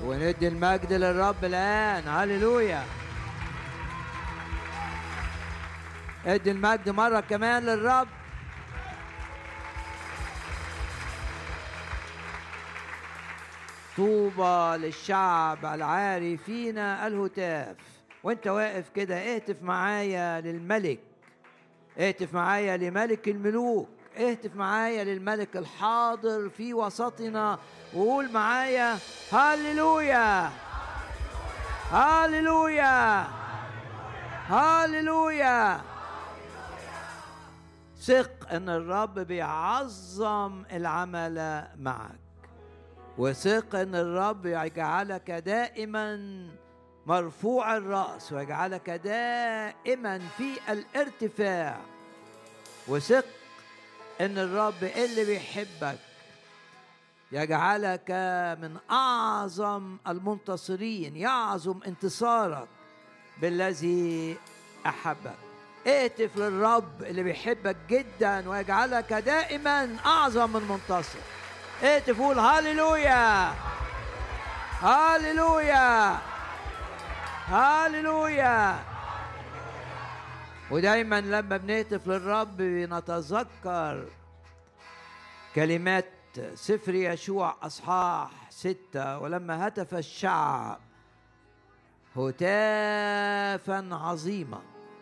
وندي المجد للرب الآن. هللويا. ادي المجد مرة كمان للرب. طوبى للشعب العارفين الهتاف. وانت واقف كده اهتف معايا للملك، اهتف معايا لملك الملوك، اهتف معايا للملك الحاضر في وسطنا، وقول معايا هاليلويا هاليلويا هاليلويا. ثق ان الرب بيعظم العمل معك، وثق ان الرب يجعلك دائما مرفوع الرأس ويجعلك دائما في الارتفاع. وثق ان الرب اللي بيحبك يجعلك من اعظم المنتصرين، يعظم انتصارك بالذي احبك. اهتف للرب اللي بيحبك جدا ويجعلك دائما اعظم من منتصر. اهتف قول هاليلويا هاليلويا هاليلويا. ودايما لما بنهتف للرب نتذكر كلمات سفر يشوع أصحاح 6: ولما هتف الشعب هتافا عظيما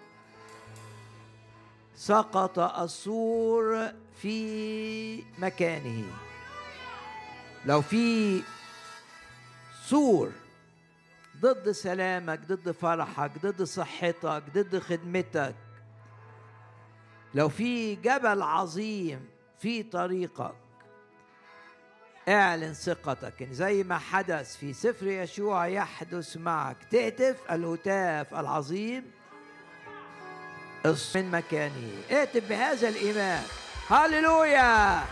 سقط السور في مكانه. لو في سور ضد سلامك، ضد فرحك، ضد صحتك، ضد خدمتك، لو في جبل عظيم في طريقك، اعلن ثقتك إن زي ما حدث في سفر يشوع يحدث معك. تهتف الهتاف العظيم من مكانه. اهتف بهذا الإيمان. هاليلويا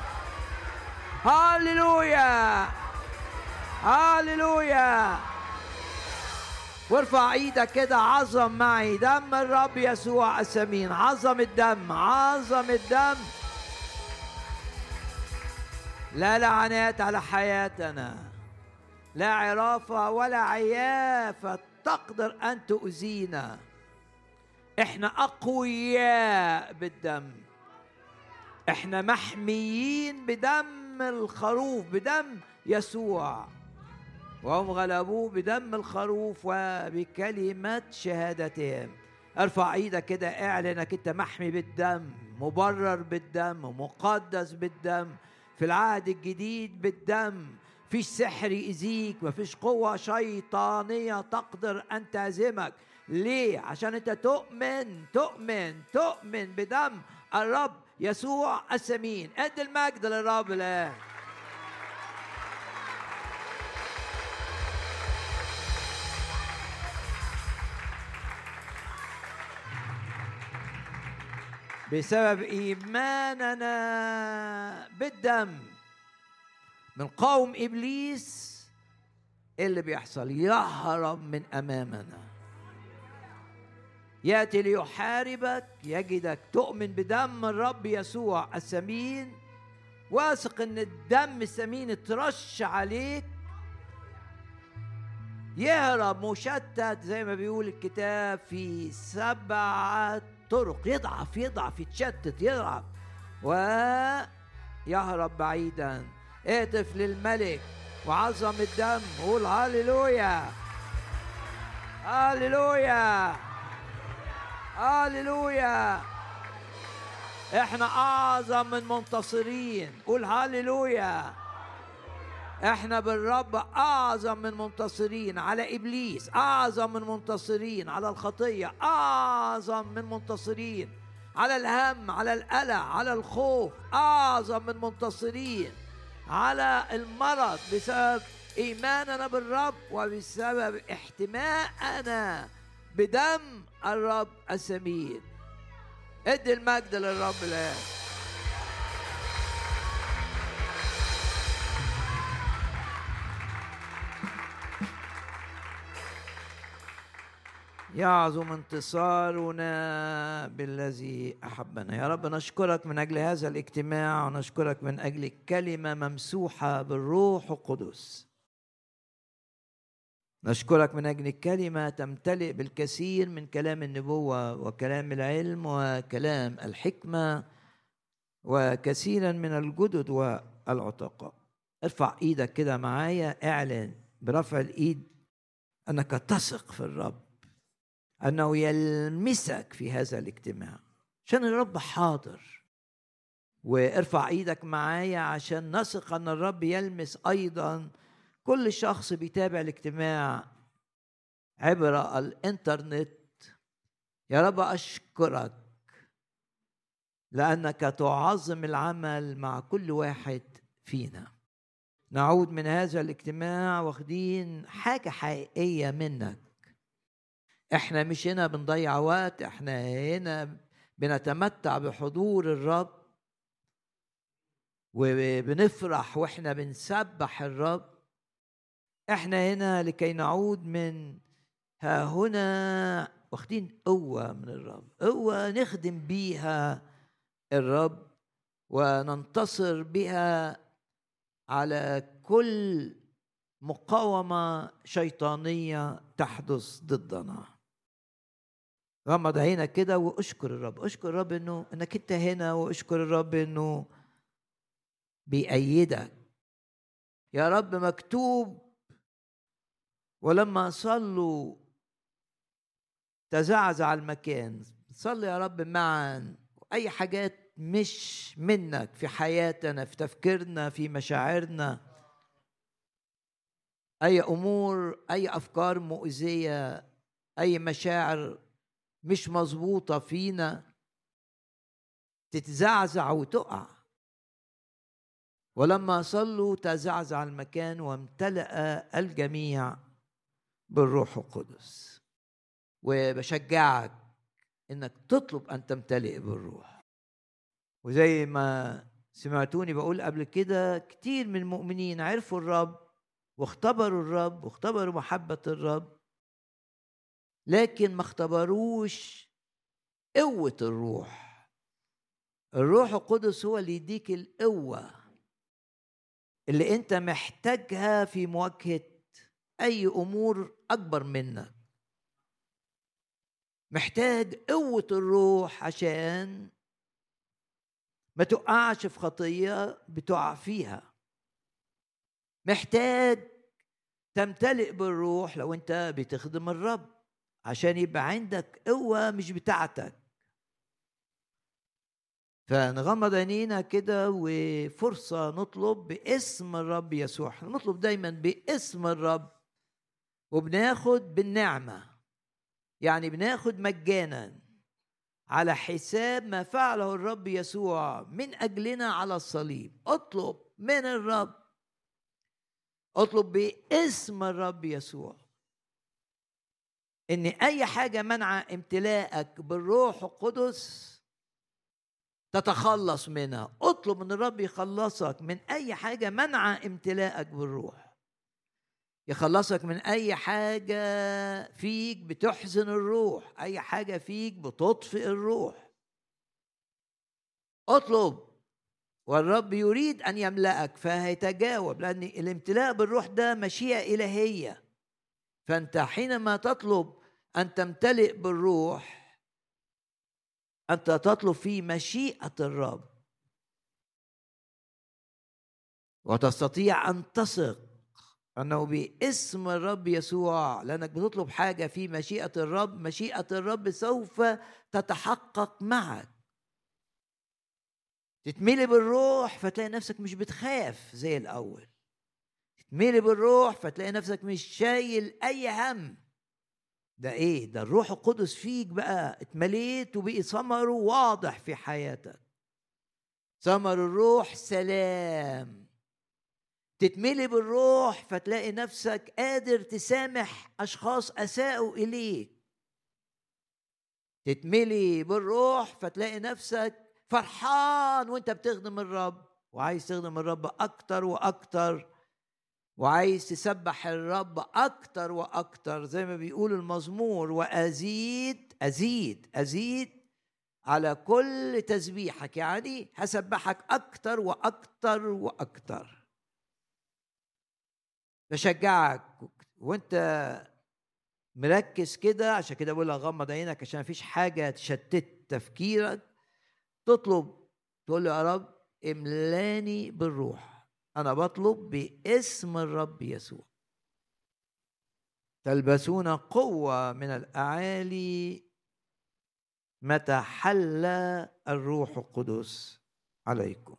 هاليلويا هاليلويا. وارفع ايدك كده، عظم معي دم الرب يسوع الثمين. عظم الدم، عظم الدم. لا لعنات على حياتنا، لا عرافة ولا عيافة تقدر أن تؤذينا. احنا أقوياء بالدم، احنا محميين بدم الخروف، بدم يسوع. وهم غلبوه بدم الخروف وبكلمة شهادتهم. ارفع ايدك كده، اعلنك انت محمي بالدم، مبرر بالدم، مقدس بالدم، في العهد الجديد بالدم. فيش سحر يأذيك، مفيش قوة شيطانية تقدر أن تهزمك. ليه؟ عشان انت تؤمن بدم الرب يسوع الثمين. ادي المجد للرب الآن. بسبب إيماننا بالدم بنقاوم إبليس. اللي بيحصل يهرب من أمامنا، يأتي ليحاربك، يجدك تؤمن بدم الرب يسوع الثمين، واثق ان الدم الثمين اترش عليك، يهرب مشتت زي ما بيقول الكتاب في 7 طرق. يضعف يتشتت، يضعف ويهرب بعيدا. اهتف للملك وعظم الدم. قول هاليلويا هاليلويا هاليلويا. احنا اعظم من منتصرين. قول هاليلويا. احنا بالرب اعظم من منتصرين على ابليس، اعظم من منتصرين على الخطيه، اعظم من منتصرين على الهم، على القلق، على الخوف، اعظم من منتصرين على المرض، بسبب ايماننا بالرب وبسبب احتماءنا بدم الرب الثمين. ادي المجد للرب الآن. يعظم انتصارنا بالذي أحبنا. يا رب نشكرك من أجل هذا الاجتماع، ونشكرك من أجل الكلمة ممسوحة بالروح القدس. نشكرك من أجل الكلمة تمتلئ بالكثير من كلام النبوة وكلام العلم وكلام الحكمة وكثيرا من الجدد والعتقاء. ارفع ايدك كده معايا، اعلن برفع الايد انك تثق في الرب، انه يلمسك في هذا الاجتماع عشان الرب حاضر. وارفع ايدك معايا عشان نثق ان الرب يلمس ايضا كل شخص بيتابع الاجتماع عبر الانترنت. يا رب اشكرك لانك تعظم العمل مع كل واحد فينا. نعود من هذا الاجتماع واخدين حاجة حقيقية منك. احنا مش هنا بنضيع وقت، احنا هنا بنتمتع بحضور الرب وبنفرح واحنا بنسبح الرب. احنا هنا لكي نعود من ها هنا واخدين قوة من الرب، قوة نخدم بيها الرب وننتصر بها على كل مقاومة شيطانية تحدث ضدنا. غمض عينك كده واشكر الرب، اشكر الرب انك انت هنا، واشكر الرب انه بيأيدك. يا رب مكتوب ولما صلوا تزعزع المكان. صلي يا رب معا اي حاجات مش منك في حياتنا، في تفكيرنا، في مشاعرنا، اي امور، اي افكار مؤذية، اي مشاعر مش مظبوطة فينا تتزعزع وتقع. ولما صلوا تزعزع المكان وامتلأ الجميع بالروح القدس. وبشجعك انك تطلب ان تمتلئ بالروح. وزي ما سمعتوني بقول قبل كده، كتير من المؤمنين عرفوا الرب واختبروا الرب واختبروا محبة الرب، لكن ما اختبروش قوة الروح. الروح القدس هو اللي يديك القوة اللي انت محتاجها في مواجهة اي امور اكبر منك. محتاج قوة الروح عشان ما تقعش في خطية بتقع فيها. محتاج تمتلئ بالروح لو انت بتخدم الرب عشان يبقى عندك قوة مش بتاعتك. فنغمض عينينا كده وفرصة نطلب باسم الرب يسوع. نطلب دايما باسم الرب وبناخد بالنعمة، يعني بناخد مجانا على حساب ما فعله الرب يسوع من أجلنا على الصليب. اطلب من الرب، اطلب باسم الرب يسوع ان اي حاجة منع امتلاءك بالروح القدس تتخلص منها. اطلب من الرب يخلصك من اي حاجة منع امتلاءك بالروح، يخلصك من اي حاجة فيك بتحزن الروح، اي حاجة فيك بتطفئ الروح. اطلب والرب يريد ان يملأك فهيتجاوب، لان الامتلاء بالروح ده مشيئة إلهية. فانت حينما تطلب ان تمتلئ بالروح انت تطلب في مشيئة الرب، وتستطيع ان تثق أنه باسم الرب يسوع، لأنك بتطلب حاجة في مشيئة الرب، مشيئة الرب سوف تتحقق معك. تتملي بالروح فتلاقي نفسك مش بتخاف زي الأول. تتملي بالروح فتلاقي نفسك مش شايل أي هم. ده إيه؟ ده الروح القدس فيك بقى اتمليت وبقي ثمره واضح في حياتك. ثمر الروح سلام. تتملي بالروح فتلاقي نفسك قادر تسامح أشخاص أساءوا إليك. تتملي بالروح فتلاقي نفسك فرحان وانت بتخدم الرب، وعايز تخدم الرب أكتر وأكتر، وعايز تسبح الرب أكتر وأكتر، زي ما بيقول المزمور: وأزيد أزيد أزيد على كل تسبيحك، يعني هسبحك أكتر وأكتر وأكتر. بشجعك وانت مركز كده، عشان كده بقول لك غمض عينك عشان مفيش حاجه تشتت تفكيرك، تطلب تقول له يا رب املاني بالروح، انا بطلب باسم الرب يسوع. تلبسون قوه من الاعالي متى حل الروح القدس عليكم.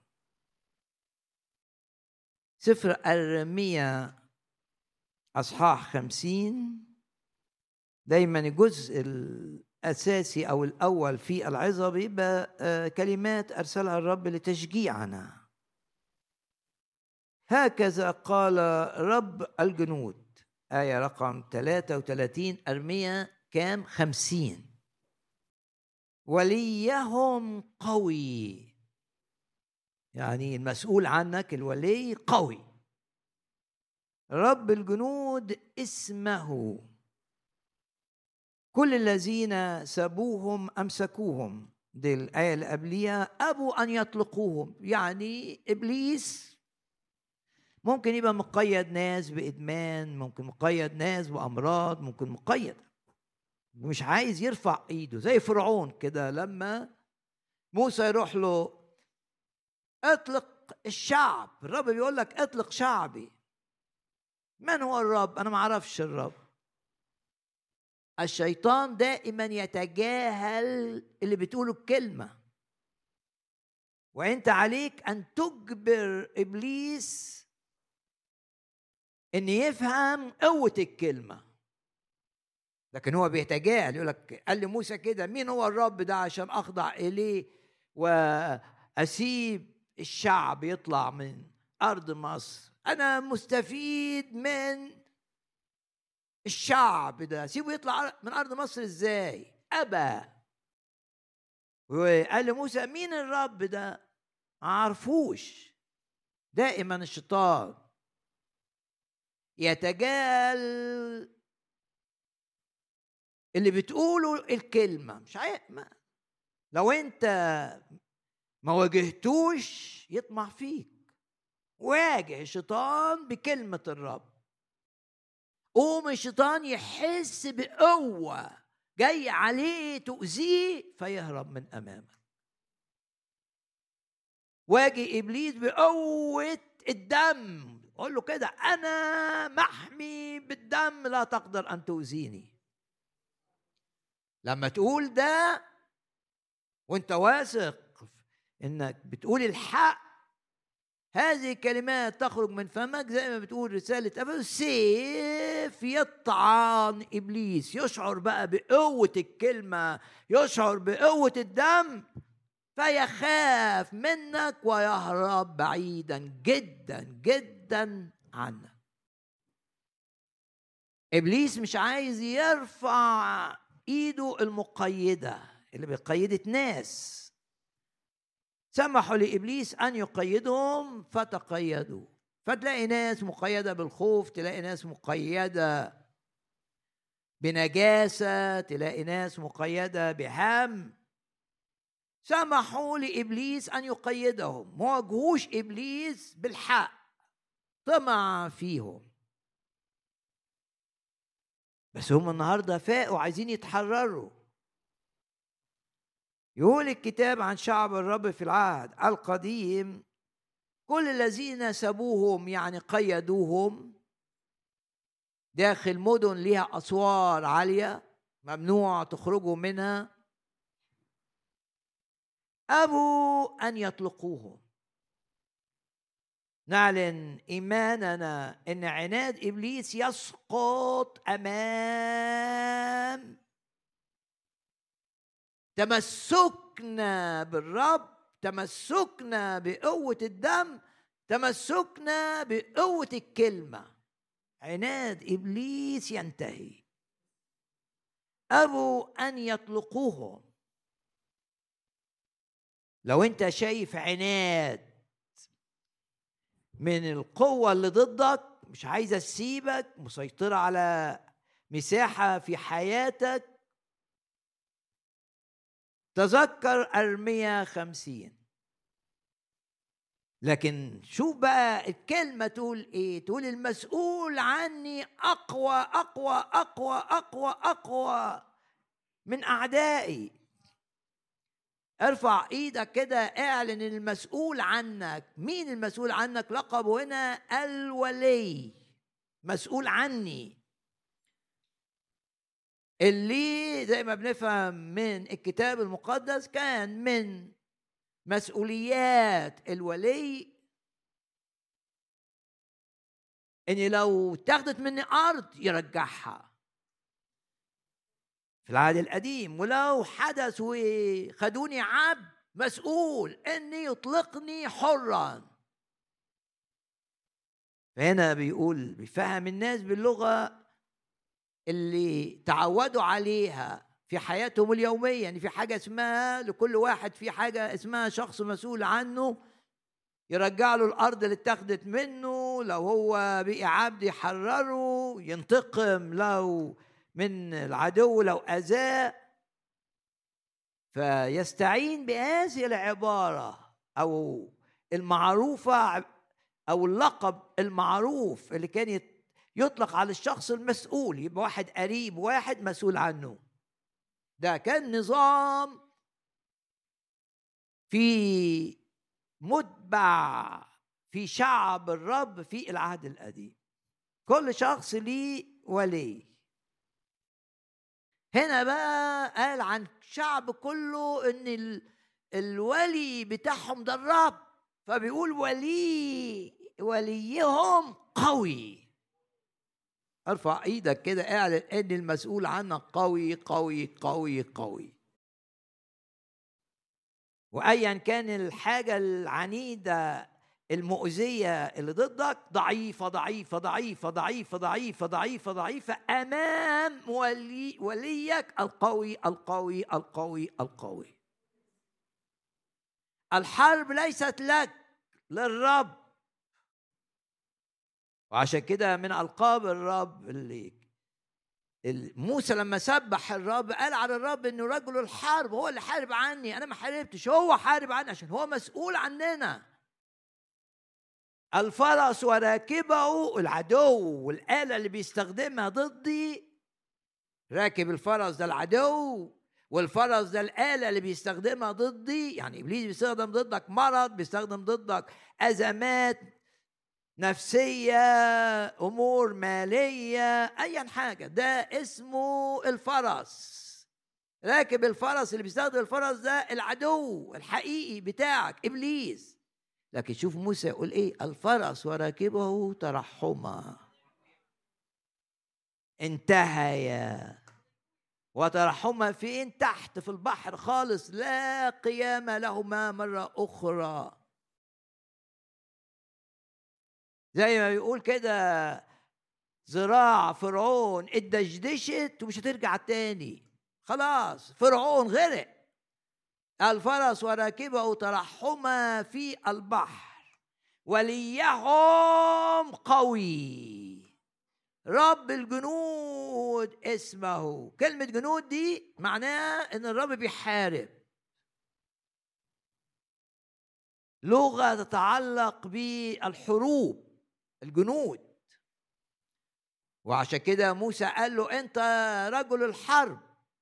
سفر أرميا أصحاح 50 دايما الجزء الأساسي أو الأول في العظة بيبقى كلمات أرسلها الرب لتشجيعنا. هكذا قال رب الجنود، آية رقم 33 أرميا كام 50. وليهم قوي، يعني المسؤول عنك الولي قوي، رب الجنود اسمه، كل الذين سبوهم أمسكوهم. دي الآية اللي قبليها، أبوا أن يطلقوهم. يعني إبليس ممكن يبقى مقيد ناس بإدمان، ممكن مقيد ناس بأمراض، ممكن مقيد ومش عايز يرفع إيده، زي فرعون كده لما موسى يروح له اطلق الشعب، الرب بيقول لك اطلق شعبي. من هو الرب؟ أنا ما أعرفش الرب. الشيطان دائما يتجاهل اللي بتقوله الكلمة، وانت عليك ان تجبر ابليس ان يفهم قوة الكلمة. لكن هو بيتجاهل، يقول لك قال لموسى كده مين هو الرب ده عشان اخضع اليه واسيب الشعب يطلع من ارض مصر؟ انا مستفيد من الشعب ده، سيبه يطلع من ارض مصر ازاي؟ ابى. وقال لموسى مين الرب ده؟ ما عرفوش. دائما الشيطان يتجاهل اللي بتقوله الكلمة، مش عارف لو انت ما واجهتوش يطمع فيك. واجه الشيطان بكلمة الرب، قوم الشيطان يحس بقوة جاي عليه تؤذيه فيهرب من أمامك. واجه إبليس بقوة الدم، قول له كده أنا محمي بالدم، لا تقدر أن تؤذيني. لما تقول ده وانت واثق انك بتقول الحق، هذه الكلمات تخرج من فمك زي ما بتقول رسالة أفسس، سيف يطعن إبليس. يشعر بقى بقوة الكلمة، يشعر بقوة الدم، فيخاف منك ويهرب بعيدا جدا جدا عنك. إبليس مش عايز يرفع إيده المقيدة اللي بقيدت ناس، سمحوا لإبليس أن يقيدهم فتقيدوا. فتلاقي ناس مقيدة بالخوف، تلاقي ناس مقيدة بنجاسة، تلاقي ناس مقيدة بهم. سمحوا لإبليس أن يقيدهم، ما واجهوش إبليس بالحق، طمع فيهم. بس هم النهاردة فاقوا عايزين يتحرروا. يقول الكتاب عن شعب الرب في العهد القديم، كل الذين سبوهم يعني قيدوهم داخل مدن لها أسوار عالية ممنوع تخرجوا منها، أبوا أن يطلقوهم. نعلن إيماننا إن عناد إبليس يسقط أمام تمسكنا بالرب، تمسكنا بقوة الدم، تمسكنا بقوة الكلمة. عناد إبليس ينتهي. أبوا أن يطلقوهم. لو أنت شايف عناد من القوة اللي ضدك مش عايزة تسيبك، مسيطرة على مساحة في حياتك، تذكر أرميا 50. لكن شوف بقى الكلمة تقول ايه؟ تقول المسؤول عني اقوى اقوى اقوى اقوى اقوى من اعدائي. ارفع ايدك كده، اعلن المسؤول عنك. مين المسؤول عنك؟ لقبه هنا الولي، مسؤول عني، اللي زي ما بنفهم من الكتاب المقدس كان من مسؤوليات الولي اني لو تاخدت مني ارض يرجعها في العهد القديم، ولو حدث وخدوني عبد مسؤول اني يطلقني حرا. فهنا بيقول بيفهم الناس باللغة اللي تعودوا عليها في حياتهم اليومية، يعني في حاجة اسمها لكل واحد، في حاجة اسمها شخص مسؤول عنه يرجع له الأرض اللي اتاخدت منه، لو هو بقي عبد يحرره، ينتقم لو من العدو لو أذاه. فيستعين بهذه العبارة أو المعروفة أو اللقب المعروف اللي كان يطلق على الشخص المسؤول، يبقى واحد قريب، واحد مسؤول عنه. ده كان نظام في متبع في شعب الرب في العهد القديم، كل شخص ليه ولي. هنا بقى قال عن شعب كله ان الولي بتاعهم ده الرب، فبيقول وليهم قوي. ارفع ايدك كده، اعلن ان المسؤول عنك قوي قوي قوي قوي. وايا كان الحاجه العنيده المؤذيه اللي ضدك ضعيفه ضعيفه ضعيفه ضعيفه ضعيفه ضعيفه ضعيفه امام وليك القوي القوي القوي القوي. الحرب ليست لك، للرب. وعشان كده من القاب الرب اللي موسى لما سبح الرب قال على الرب انه رجل الحرب، هو اللي حارب عني، انا ما حاربتش، هو حارب عني عشان هو مسؤول عننا. الفرس وراكبه العدو، والآلة اللي بيستخدمها ضدي، راكب الفرس ده العدو، والفرس ده الآلة اللي بيستخدمها ضدي. يعني إبليس بيستخدم ضدك مرض، بيستخدم ضدك أزمات نفسية، أمور مالية، أي حاجة، ده اسمه الفرس. راكب الفرس اللي بيستخدم الفرس ده العدو الحقيقي بتاعك إبليس. لكن شوف موسى يقول ايه؟ الفرس وراكبه ترحما انتهيا. وترحما فين؟ تحت في البحر خالص، لا قيام لهما مرة أخرى. زي ما بيقول كده ذراع فرعون اتدشدشت ومش هترجع تاني، خلاص فرعون غرق. الفرس وراكبه ترحما في البحر، وليهم قوي رب الجنود اسمه. كلمة جنود دي معناها ان الرب بيحارب، لغة تتعلق بالحروب، الجنود. وعشان كده موسى قال له انت رجل الحرب.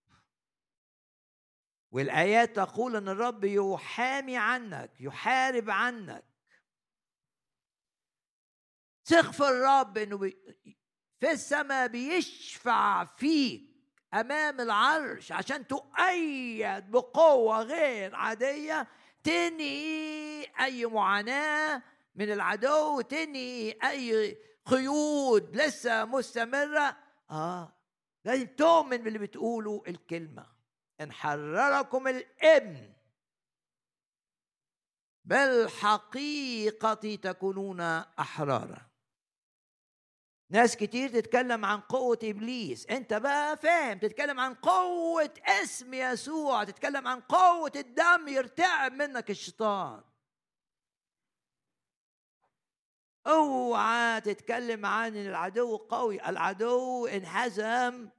والآيات تقول ان الرب يحامي عنك، يحارب عنك. ثق في الرب انه في السماء بيشفع فيك امام العرش عشان تؤيد بقوة غير عادية، تنهي اي معاناة من العدو، تنهي اي قيود لسه مستمرة. لازم تؤمن باللي بتقوله الكلمة. ان حرركم الابن بالحقيقة تكونون احرارا. ناس كتير تتكلم عن قوة إبليس، أنت بقى فاهم تتكلم عن قوة اسم يسوع، تتكلم عن قوة الدم يرتعب منك الشيطان. اوعى تتكلم عن العدو قوي، العدو انهزم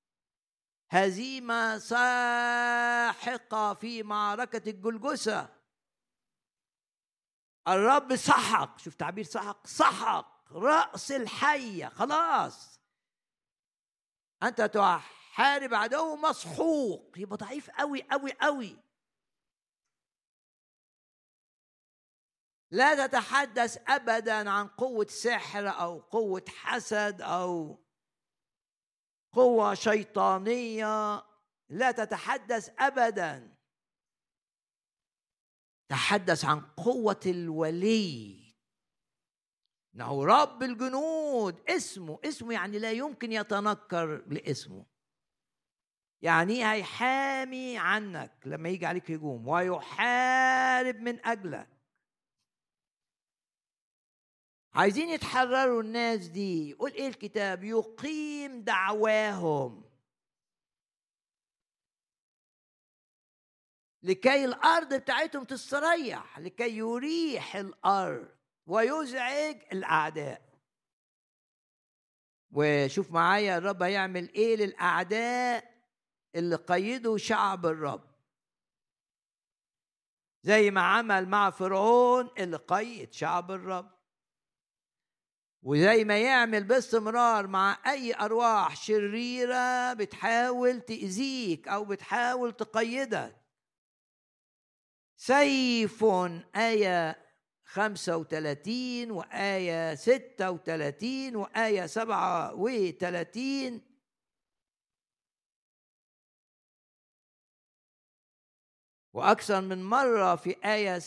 هزيمة ساحقة في معركة الجلجثة. الرب سحق، شوف تعبير سحق، سحق رأس الحية. خلاص أنت تحارب عدو مسحوق، يبقى ضعيف قوي قوي قوي. لا تتحدث أبدا عن قوة سحر أو قوة حسد أو قوة شيطانية، لا تتحدث أبدا. تحدث عن قوة الولي، إنه رب الجنود. اسمه يعني لا يمكن يتنكر لاسمه. يعني هيحامي عنك لما يجي عليك هجوم ويحارب من أجلك. عايزين يتحرروا الناس دي. يقول ايه الكتاب؟ يقيم دعواهم لكي الأرض بتاعتهم تستريح، لكي يريح الأرض ويزعج الأعداء. وشوف معايا الرب هيعمل ايه للأعداء اللي قيدوا شعب الرب، زي ما عمل مع فرعون اللي قيد شعب الرب، وزي ما يعمل باستمرار مع أي أرواح شريرة بتحاول تأذيك أو بتحاول تقيدك. سيف آية 35 وآية 36 وآية 37 وأكثر من مرة في آية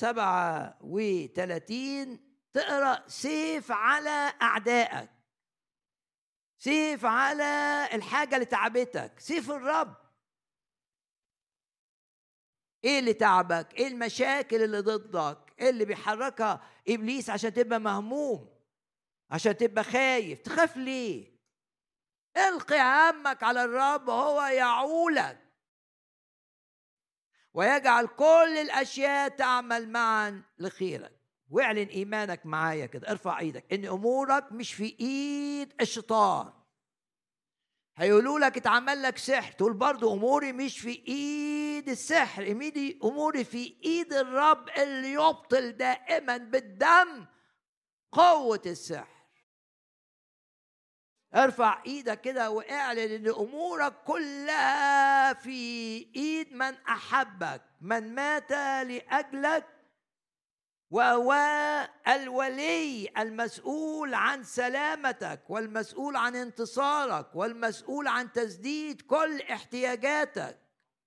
37 تقرأ سيف على أعدائك، سيف على الحاجة اللي تعبتك، سيف الرب. ايه اللي تعبك؟ ايه المشاكل اللي ضدك؟ ايه اللي بيحركها إبليس عشان تبقى مهموم، عشان تبقى خايف؟ تخاف ليه؟ القي همك على الرب وهو يعولك ويجعل كل الأشياء تعمل معا لخيرك. واعلن إيمانك معايا كده، ارفع ايدك ان امورك مش في ايد الشيطان. هيقولوا لك اتعمل لك سحر، تقول برضو اموري مش في ايد السحر، اموري في ايد الرب اللي يبطل دائما بالدم قوة السحر. ارفع ايدك كده واعلن ان امورك كلها في ايد من احبك، من مات لاجلك، وهو الولي المسؤول عن سلامتك والمسؤول عن انتصارك والمسؤول عن تسديد كل احتياجاتك،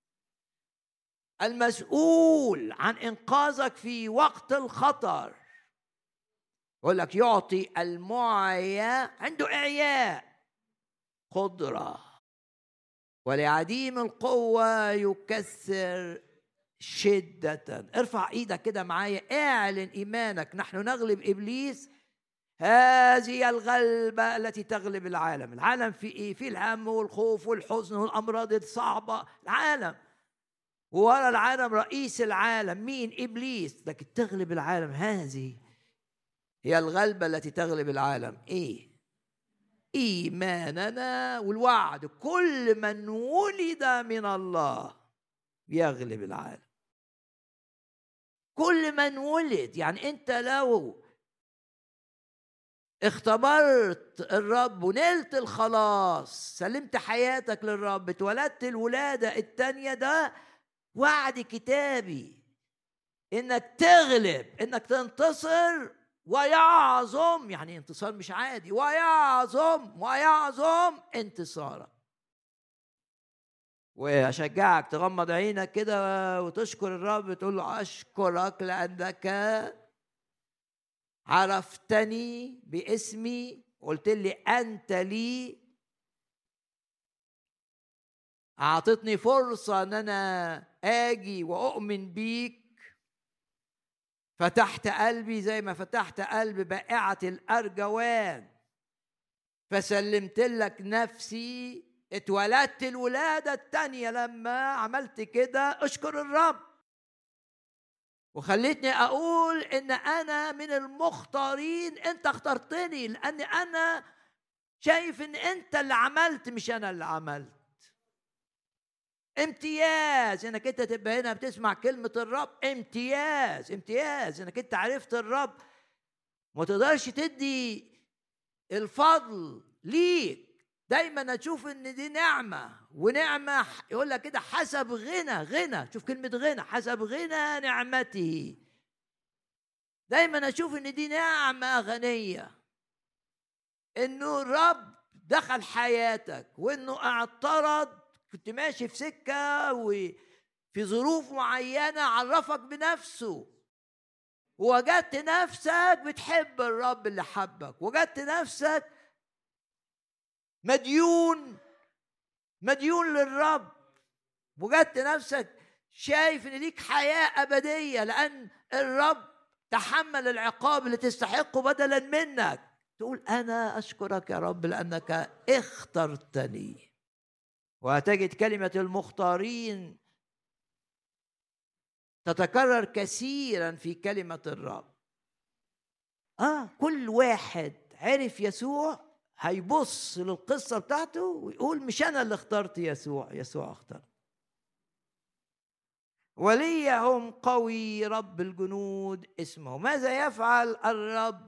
المسؤول عن انقاذك في وقت الخطر. يقول لك يعطي المعيا، عنده اعياء قدرة، ولعديم القوة يكسر شدة. ارفع ايدك كده معايا، اعلن ايمانك. نحن نغلب ابليس، هذه الغلبة التي تغلب العالم. العالم في ايه؟ في الهم والخوف والحزن والامراض الصعبة. العالم، وورا العالم رئيس العالم مين؟ ابليس. لكن تغلب العالم، هذه هي الغلبة التي تغلب العالم. ايه؟ ايماننا والوعد. كل من ولد من الله يغلب العالم. كل من ولد، يعني انت لو اختبرت الرب ونلت الخلاص، سلمت حياتك للرب، اتولدت الولادة التانية، ده وعد كتابي انك تغلب، انك تنتصر ويعظم. يعني انتصار مش عادي، ويعظم انتصارك. واشجعك تغمض عينك كده وتشكر الرب، تقول له اشكرك لانك عرفتني باسمي، قلت لي انت لي، اعطتني فرصه ان انا اجي واؤمن بيك، فتحت قلبي زي ما فتحت قلب بائعة الارجوان، فسلمت لك نفسي. اتولدت الولادة التانية لما عملت كده. اشكر الرب. وخليتني اقول ان انا من المختارين، انت اخترتني لان انا شايف ان انت اللي عملت مش انا اللي عملت. امتياز انك انت تبقى هنا بتسمع كلمة الرب. امتياز انك انت عرفت الرب. ما تقدرش تدي الفضل ليك، دايما اشوف ان دي نعمة، ونعمة يقول لك كده حسب غنى. شوف كلمة غنى، حسب غنى نعمته. دايما اشوف ان دي نعمة غنية، انه الرب دخل حياتك، وانه اعترض. كنت ماشي في سكة وفي ظروف معينة عرفك بنفسه، ووجدت نفسك بتحب الرب اللي حبك، وجدت نفسك مديون للرب، وجدت نفسك شايف ان ليك حياة أبدية لأن الرب تحمل العقاب اللي تستحقه بدلا منك. تقول أنا أشكرك يا رب لأنك اخترتني. وهتجد كلمة المختارين تتكرر كثيرا في كلمة الرب. كل واحد عرف يسوع هيبص للقصة بتاعته ويقول مش أنا اللي اخترت يسوع اخترت. وليهم قوي رب الجنود اسمه. ماذا يفعل الرب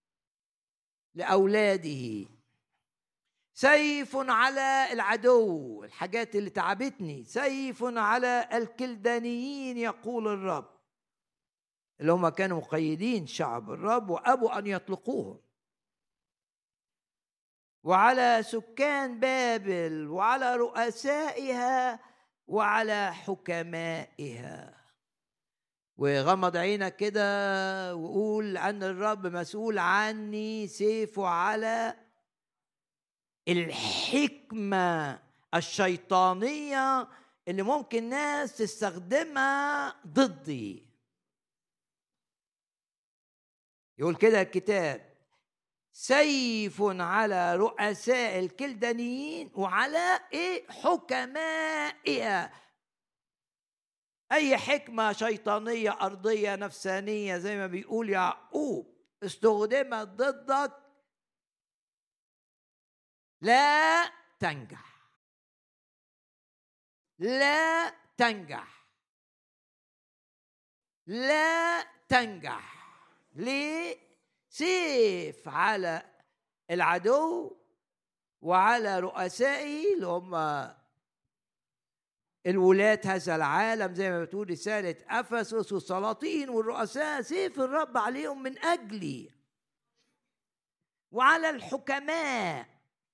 لأولاده؟ سيف على العدو، الحاجات اللي تعبتني، سيف على الكلدانيين يقول الرب، اللي هم كانوا مقيدين شعب الرب وأبوا أن يطلقوهم، وعلى سكان بابل وعلى رؤسائها وعلى حكمائها. وغمض عينك كده وقول أن الرب مسؤول عني، سيفه على الحكمة الشيطانية اللي ممكن ناس تستخدمها ضدي. يقول كده الكتاب سيف على رؤساء الكلدانيين وعلى حكمائها. أي حكمة شيطانية أرضية نفسانية زي ما بيقول يعقوب استخدمت ضدك لا تنجح، لا تنجح، لا تنجح. ليه؟ سيف على العدو وعلى رؤسائه اللي هم الولاة هذا العالم، زي ما بتقول رسالة أفسس، والسلاطين والرؤساء سيف الرب عليهم من أجلي، وعلى الحكماء.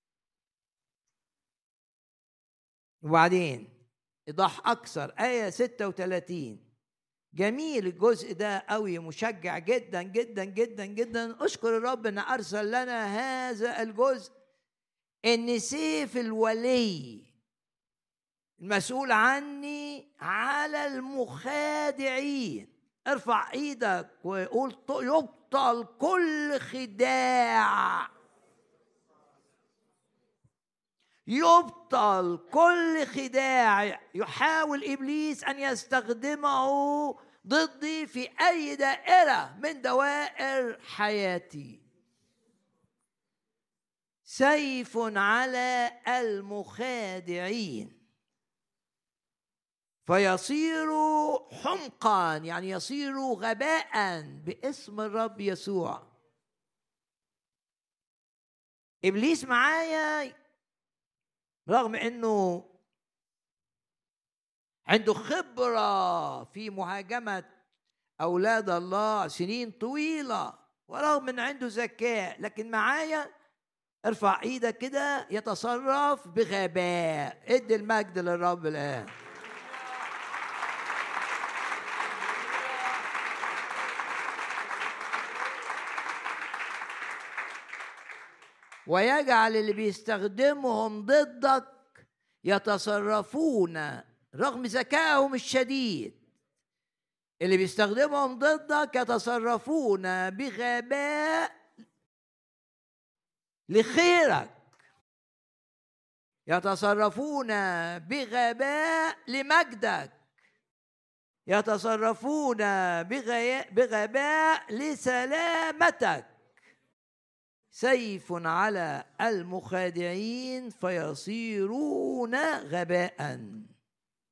وبعدين إيضاح أكثر آية 36. جميل الجزء ده قوي، مشجع جدا جدا جدا جدا. أشكر الرب أن أرسل لنا هذا الجزء، إن سيف الولي المسؤول عني على المخادعين. ارفع ايدك وقول يبطل كل خداع، يبطل كل خداع يحاول إبليس أن يستخدمه ضدي في أي دائرة من دوائر حياتي. سيف على المخادعين فيصيروا حمقا، يعني يصيروا غباء باسم الرب يسوع. إبليس معايا رغم أنه عنده خبرة في مهاجمة أولاد الله سنين طويلة، ورغم أن عنده ذكاء، لكن معايا ارفع ايدك كده يتصرف بغباء. ادي المجد للرب الآن. ويجعل اللي بيستخدمهم ضدك يتصرفون رغم ذكائهم الشديد، اللي بيستخدمهم ضدك يتصرفون بغباء لخيرك، يتصرفون بغباء لمجدك، يتصرفون بغباء لسلامتك. سيف على المخادعين فيصيرون غباء.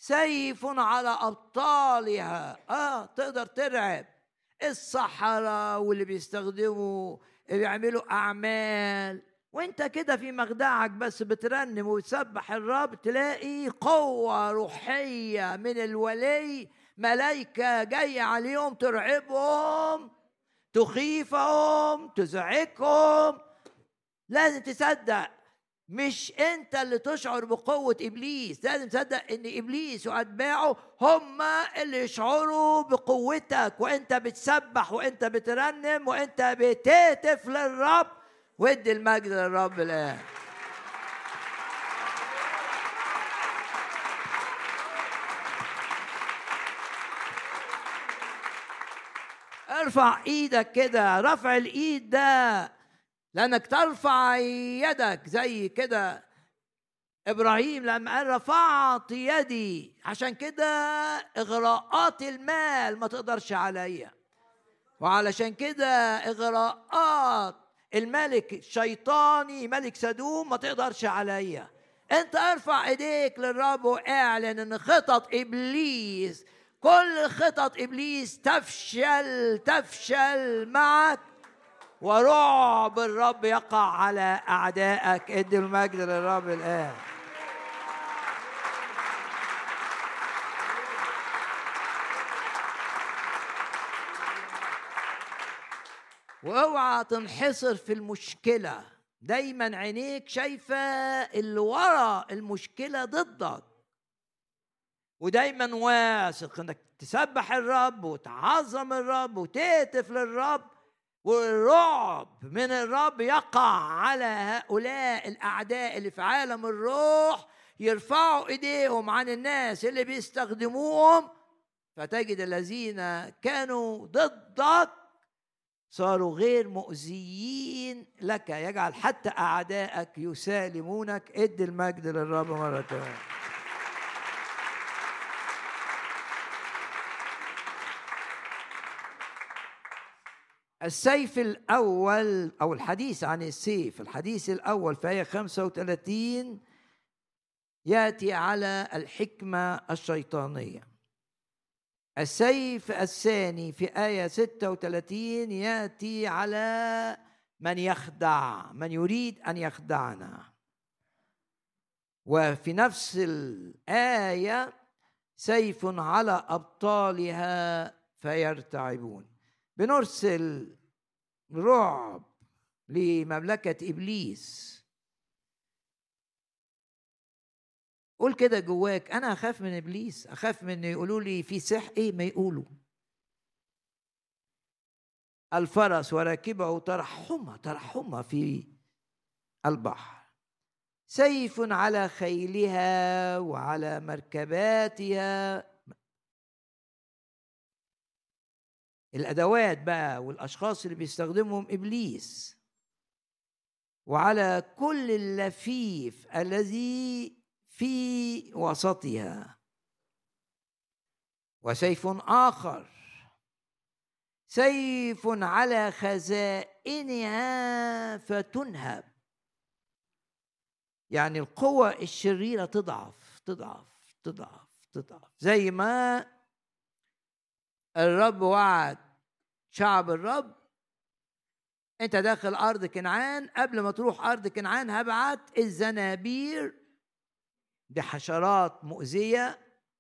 سيف على أبطالها. تقدر ترعب السحرة واللي بيستخدموا اللي بيعملوا أعمال، وانت كده في مخدعك بس بترنم وتسبح الرب، تلاقي قوة روحية من الولي، ملايكة جاية عليهم ترعبهم، تخيفهم، تزعجهم. لازم تصدق مش انت اللي تشعر بقوة ابليس، لازم تصدق ان ابليس واتباعه هم اللي يشعروا بقوتك وانت بتسبح وانت بترنم وانت بتهتف للرب. وادي المجد للرب الان. ارفع ايدك كده. رفع الايد ده لانك ترفع يدك زي كده ابراهيم لما قال رفعت يدي، عشان كده اغراءات المال ما تقدرش عليا، وعلشان كده اغراءات الملك الشيطاني ملك سدوم ما تقدرش عليا. انت ارفع ايديك للرب واعلن ان خطط ابليس، كل خطط ابليس تفشل معك، ورعب الرب يقع على اعدائك. ادي المجد للرب الان. واوعى تنحصر في المشكلة، دايما عينيك شايفة اللي ورا المشكلة ضدك، ودايما واثق انك تسبح الرب وتعظم الرب وتهتف للرب، والرعب من الرب يقع على هؤلاء الأعداء اللي في عالم الروح، يرفعوا ايديهم عن الناس اللي بيستخدموهم، فتجد الذين كانوا ضدك صاروا غير مؤذيين لك، يجعل حتى أعدائك يسالمونك. ادي المجد للرب مرة تانية. السيف الأول أو الحديث عن السيف، الحديث الأول في آية 35 يأتي على الحكمة الشيطانية. السيف الثاني في آية 36 يأتي على من يخدع، من يريد أن يخدعنا. وفي نفس الآية سيف على أبطالها فيرتعبون. بنرسل رعب لمملكة إبليس. قول كده جواك، أنا أخاف من إبليس، أخاف من يقولوا لي في سحر. إيه ما يقولوا، الفرس وراكبه ترحمة في البحر، سيف على خيلها وعلى مركباتها. الأدوات بقى والأشخاص اللي بيستخدمهم إبليس، وعلى كل اللفيف الذي في وسطها. وسيف آخر سيف على خزائنها فتنهب، يعني القوة الشريرة تضعف تضعف تضعف تضعف. زي ما الرب وعد شعب الرب، انت داخل أرض كنعان، قبل ما تروح أرض كنعان هبعت الزنابير بحشرات مؤذية،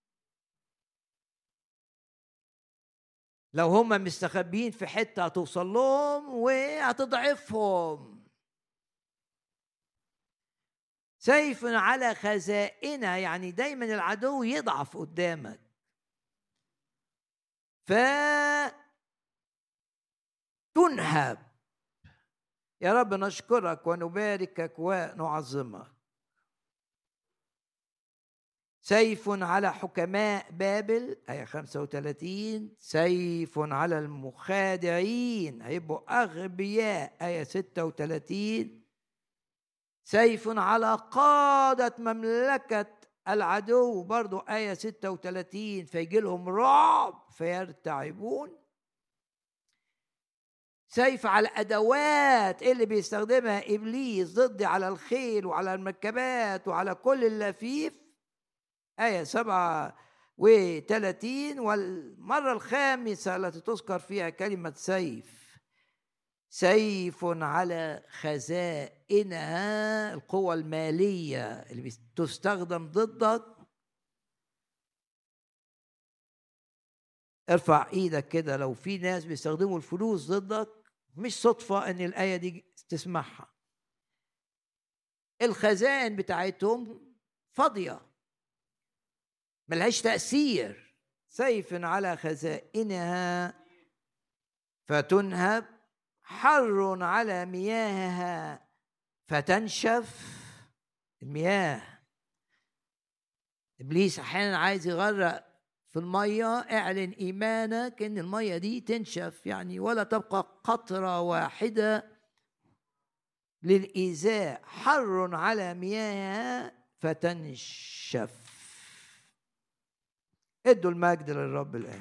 لو هم مستخبين في حتة هتوصل لهم وهتضعفهم. سيف على خزائنها، يعني دايما العدو يضعف قدامك، فتنهب. يا رب نشكرك ونباركك ونعظمك. سيف على حكماء بابل آية 35، سيف على المخادعين هيبقوا أغبياء آية 36، سيف على قادة مملكة العدو برضو آية 36، فيجي لهم رعب فيرتعبون. سيف على أدوات اللي بيستخدمها إبليس ضدي، على الخيل وعلى المركبات وعلى كل اللفيف، آية 37 والمرة الخامسة التي تذكر فيها كلمة سيف. سيف على خزائنها، القوة المالية اللي تستخدم ضدك. ارفع ايدك كده لو في ناس بيستخدموا الفلوس ضدك، مش صدفة ان الآية دي تسمعها. الخزائن بتاعتهم فاضية، ملهاش تأثير. سيف على خزائنها فتنهب، حر على مياهها فتنشف. المياه، إبليس أحيانا عايز يغرق في المية. اعلن إيمانك إن المية دي تنشف، يعني ولا تبقى قطرة واحدة للإيذاء. حر على مياهها فتنشف. ادوا المجد للرب الآن.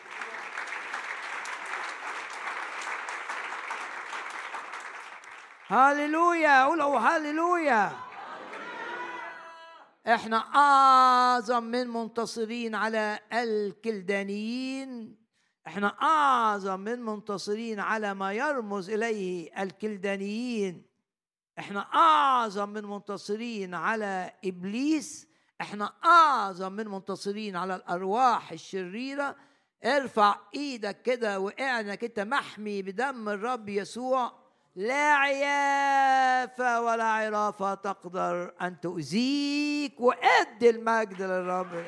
هاليلويا، قولوا هاليلويا. احنا اعظم من منتصرين على الكلدانيين. احنا اعظم من منتصرين على ما يرمز اليه الكلدانيين. احنا اعظم من منتصرين على ابليس. احنا اعظم من منتصرين على الارواح الشريره. ارفع ايدك كده واعلنك انت محمي بدم الرب يسوع. لا عيافة ولا عرافة تقدر أن تؤذيك. وأدي المجد للرب.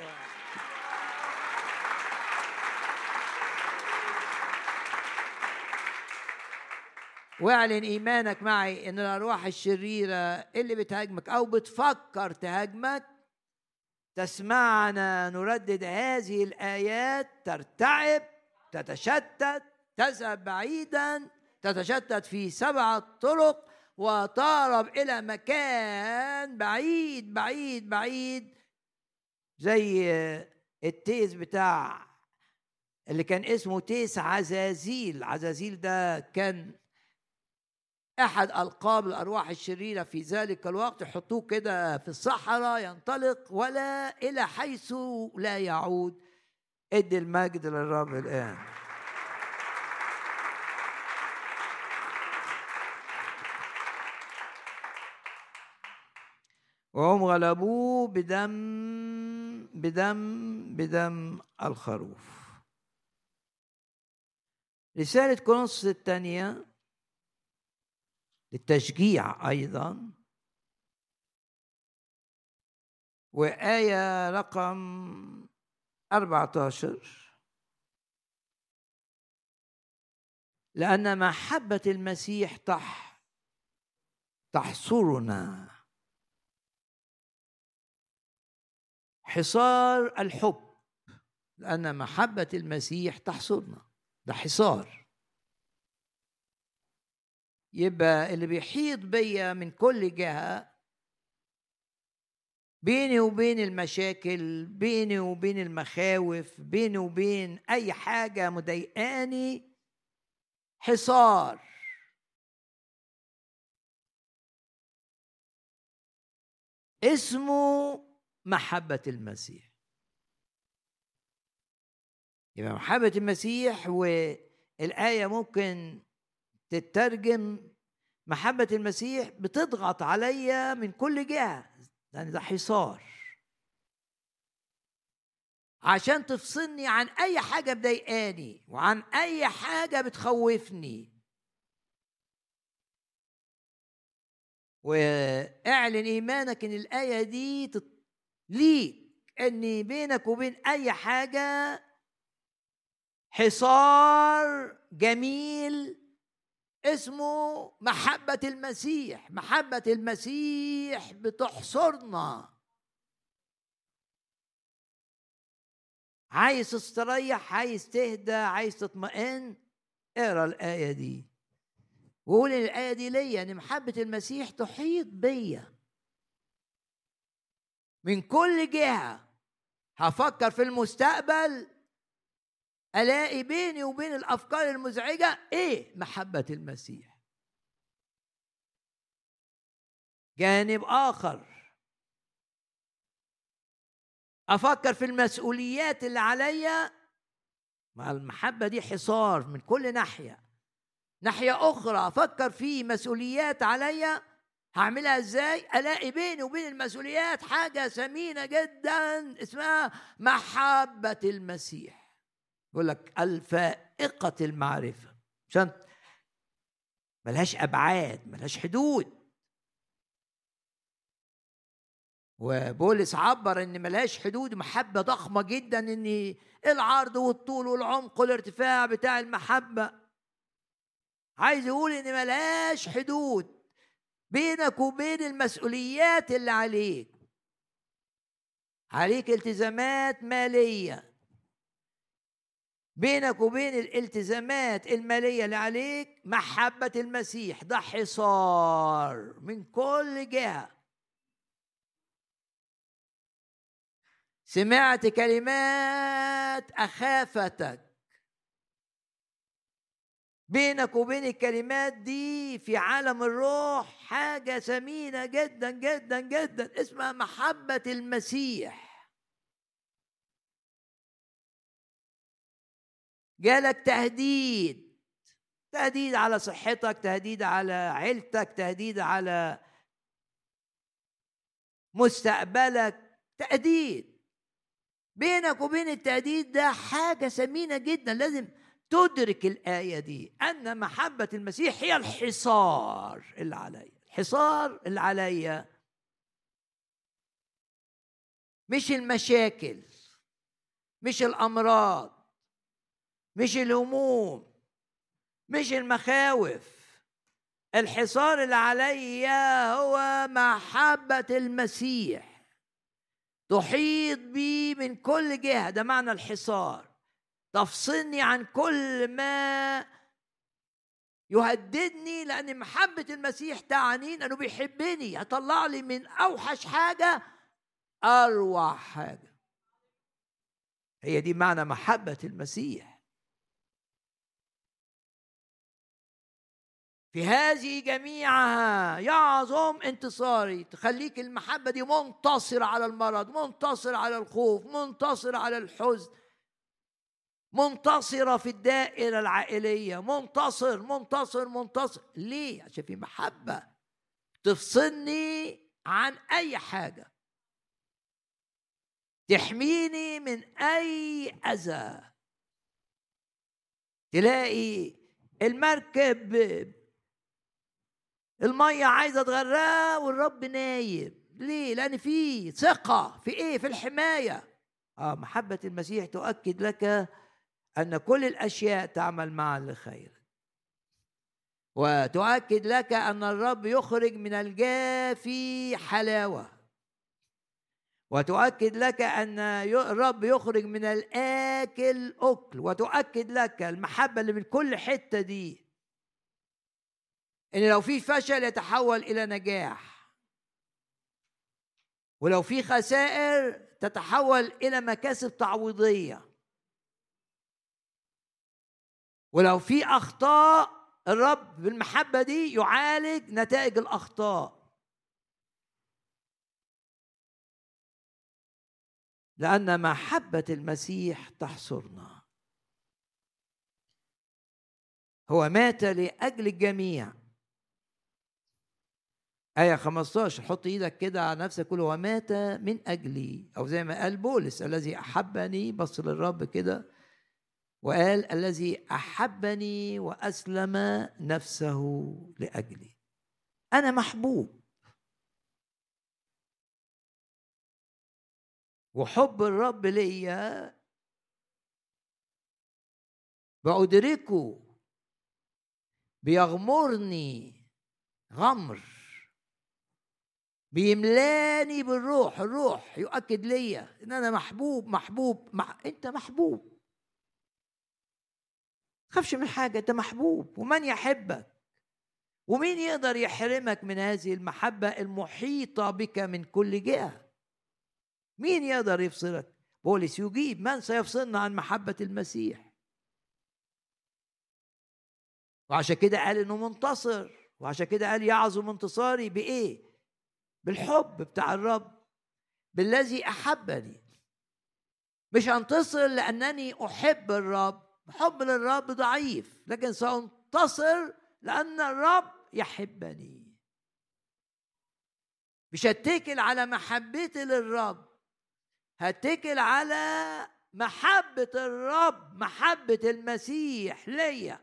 واعلن إيمانك معي إن الأرواح الشريرة اللي بتهاجمك أو بتفكر تهاجمك تسمعنا نردد هذه الآيات، ترتعب، تتشتت، تذهب بعيدا، تتشتت في 7 طرق وتهرب إلى مكان بعيد بعيد بعيد. زي التيس بتاع اللي كان اسمه تيس عزازيل. عزازيل ده كان أحد ألقاب الأرواح الشريرة في ذلك الوقت. يحطوه كده في الصحراء ينطلق ولا إلى حيث لا يعود. ادي المجد للرب الآن. وهم غلبوه بدم الخروف. رسالة كورنثوس الثانية للتشجيع أيضا، وآية رقم 14: لأن محبة المسيح تحصرنا. حصار الحب، لأن محبة المسيح تحصرنا. ده حصار. يبقى اللي بيحيط بيا من كل جهة، بيني وبين المشاكل، بيني وبين المخاوف، بيني وبين أي حاجة مضايقاني، حصار. اسمه محبة المسيح. يبقى محبة المسيح، والآية ممكن تترجم محبة المسيح بتضغط عليا من كل جهة، يعني ده حصار عشان تفصلني عن أي حاجة مضايقاني وعن أي حاجة بتخوفني. واعلن إيمانك إن الآية دي ليك، إن بينك وبين أي حاجة حصار جميل اسمه محبة المسيح. محبة المسيح بتحصرنا. عايز تستريح، عايز تهدى، عايز تطمئن، اقرا الآية دي وقول الآية دي ليا، ان محبة المسيح تحيط بيا من كل جهة. هفكر في المستقبل، الاقي بيني وبين الافكار المزعجة ايه؟ محبة المسيح. جانب آخر، افكر في المسؤوليات اللي عليا. مع المحبة دي حصار من كل ناحية. ناحية أخرى أفكر في مسؤوليات عليا هعملها إزاي. ألاقي بيني وبين المسؤوليات حاجة ثمينة جدا اسمها محبة المسيح. يقول لك الفائقة المعرفة، عشان ملهاش أبعاد، ملهاش حدود. وبولس عبر ان ملهاش حدود، محبة ضخمة جدا، ان العرض والطول والعمق والارتفاع بتاع المحبة. عايز يقول ان ملهاش حدود بينك وبين المسؤوليات اللي عليك. عليك التزامات مالية، بينك وبين الالتزامات المالية اللي عليك محبة المسيح ده حصار من كل جهة. سمعت كلمات أخافتك، بينك وبين الكلمات دي في عالم الروح حاجة ثمينة جدا جدا جدا اسمها محبة المسيح. جالك تهديد، تهديد على صحتك، تهديد على عيلتك، تهديد على مستقبلك، تهديد. بينك وبين التهديد ده حاجة ثمينة جدا. لازم تدرك الآية دي، أن محبة المسيح هي الحصار اللي عليا. الحصار اللي عليا مش المشاكل، مش الأمراض، مش الهموم، مش المخاوف. الحصار اللي عليا هو محبة المسيح، تحيط بي من كل جهة. ده معنى الحصار، تفصلني عن كل ما يهددني، لأن محبة المسيح تعني أنه بيحبني، هطلع لي من أوحش حاجة أروع حاجة. هي دي معنى محبة المسيح. في هذه جميعها يعظم انتصاري. تخليك المحبة دي منتصرة على المرض، منتصرة على الخوف، منتصرة على الحزن، منتصرة في الدائرة العائلية، منتصر منتصر منتصر. ليه؟ عشان في محبة تفصلني عن أي حاجة، تحميني من أي أذى. تلاقي المركب المية عايزة تغرقها والرب نايم. ليه؟ لأن في ثقة في إيه؟ في الحماية. محبة المسيح تؤكد لك أن كل الأشياء تعمل معا لخير، وتؤكد لك أن الرب يخرج من الجافي حلاوة، وتؤكد لك أن الرب يخرج من الآكل أكل، وتؤكد لك المحبة اللي من كل حتة دي إن لو في فشل يتحول إلى نجاح، ولو في خسائر تتحول إلى مكاسب تعويضية، ولو في أخطاء الرب بالمحبة دي يعالج نتائج الأخطاء. لأن محبة المسيح تحصرنا. هو مات لأجل الجميع. آية 15، حط إيدك كده على نفسك، قول هو مات من أجلي. أو زي ما قال بولس الذي أحبني، بص للرب كده وقال الذي أحبني وأسلم نفسه لأجلي. أنا محبوب، وحب الرب ليا بأدركه، بيغمرني غمر، بيملاني بالروح. الروح يؤكد ليا ان انا محبوب. انت محبوب، خافش من حاجة، انت محبوب. ومن يحبك؟ ومين يقدر يحرمك من هذه المحبة المحيطة بك من كل جهة؟ مين يقدر يفصلك؟ بولس يجيب من سيفصلنا عن محبة المسيح؟ وعشان كده قال انه منتصر، وعشان كده قال يعظم انتصاري بايه؟ بالحب بتاع الرب، بالذي احبني. مش هنتصر لأنني أحب الرب، حب للرب ضعيف، لكن سأنتصر لأن الرب يحبني. مش هتكل على محبتي للرب، هتكل على محبة الرب، محبة المسيح ليا،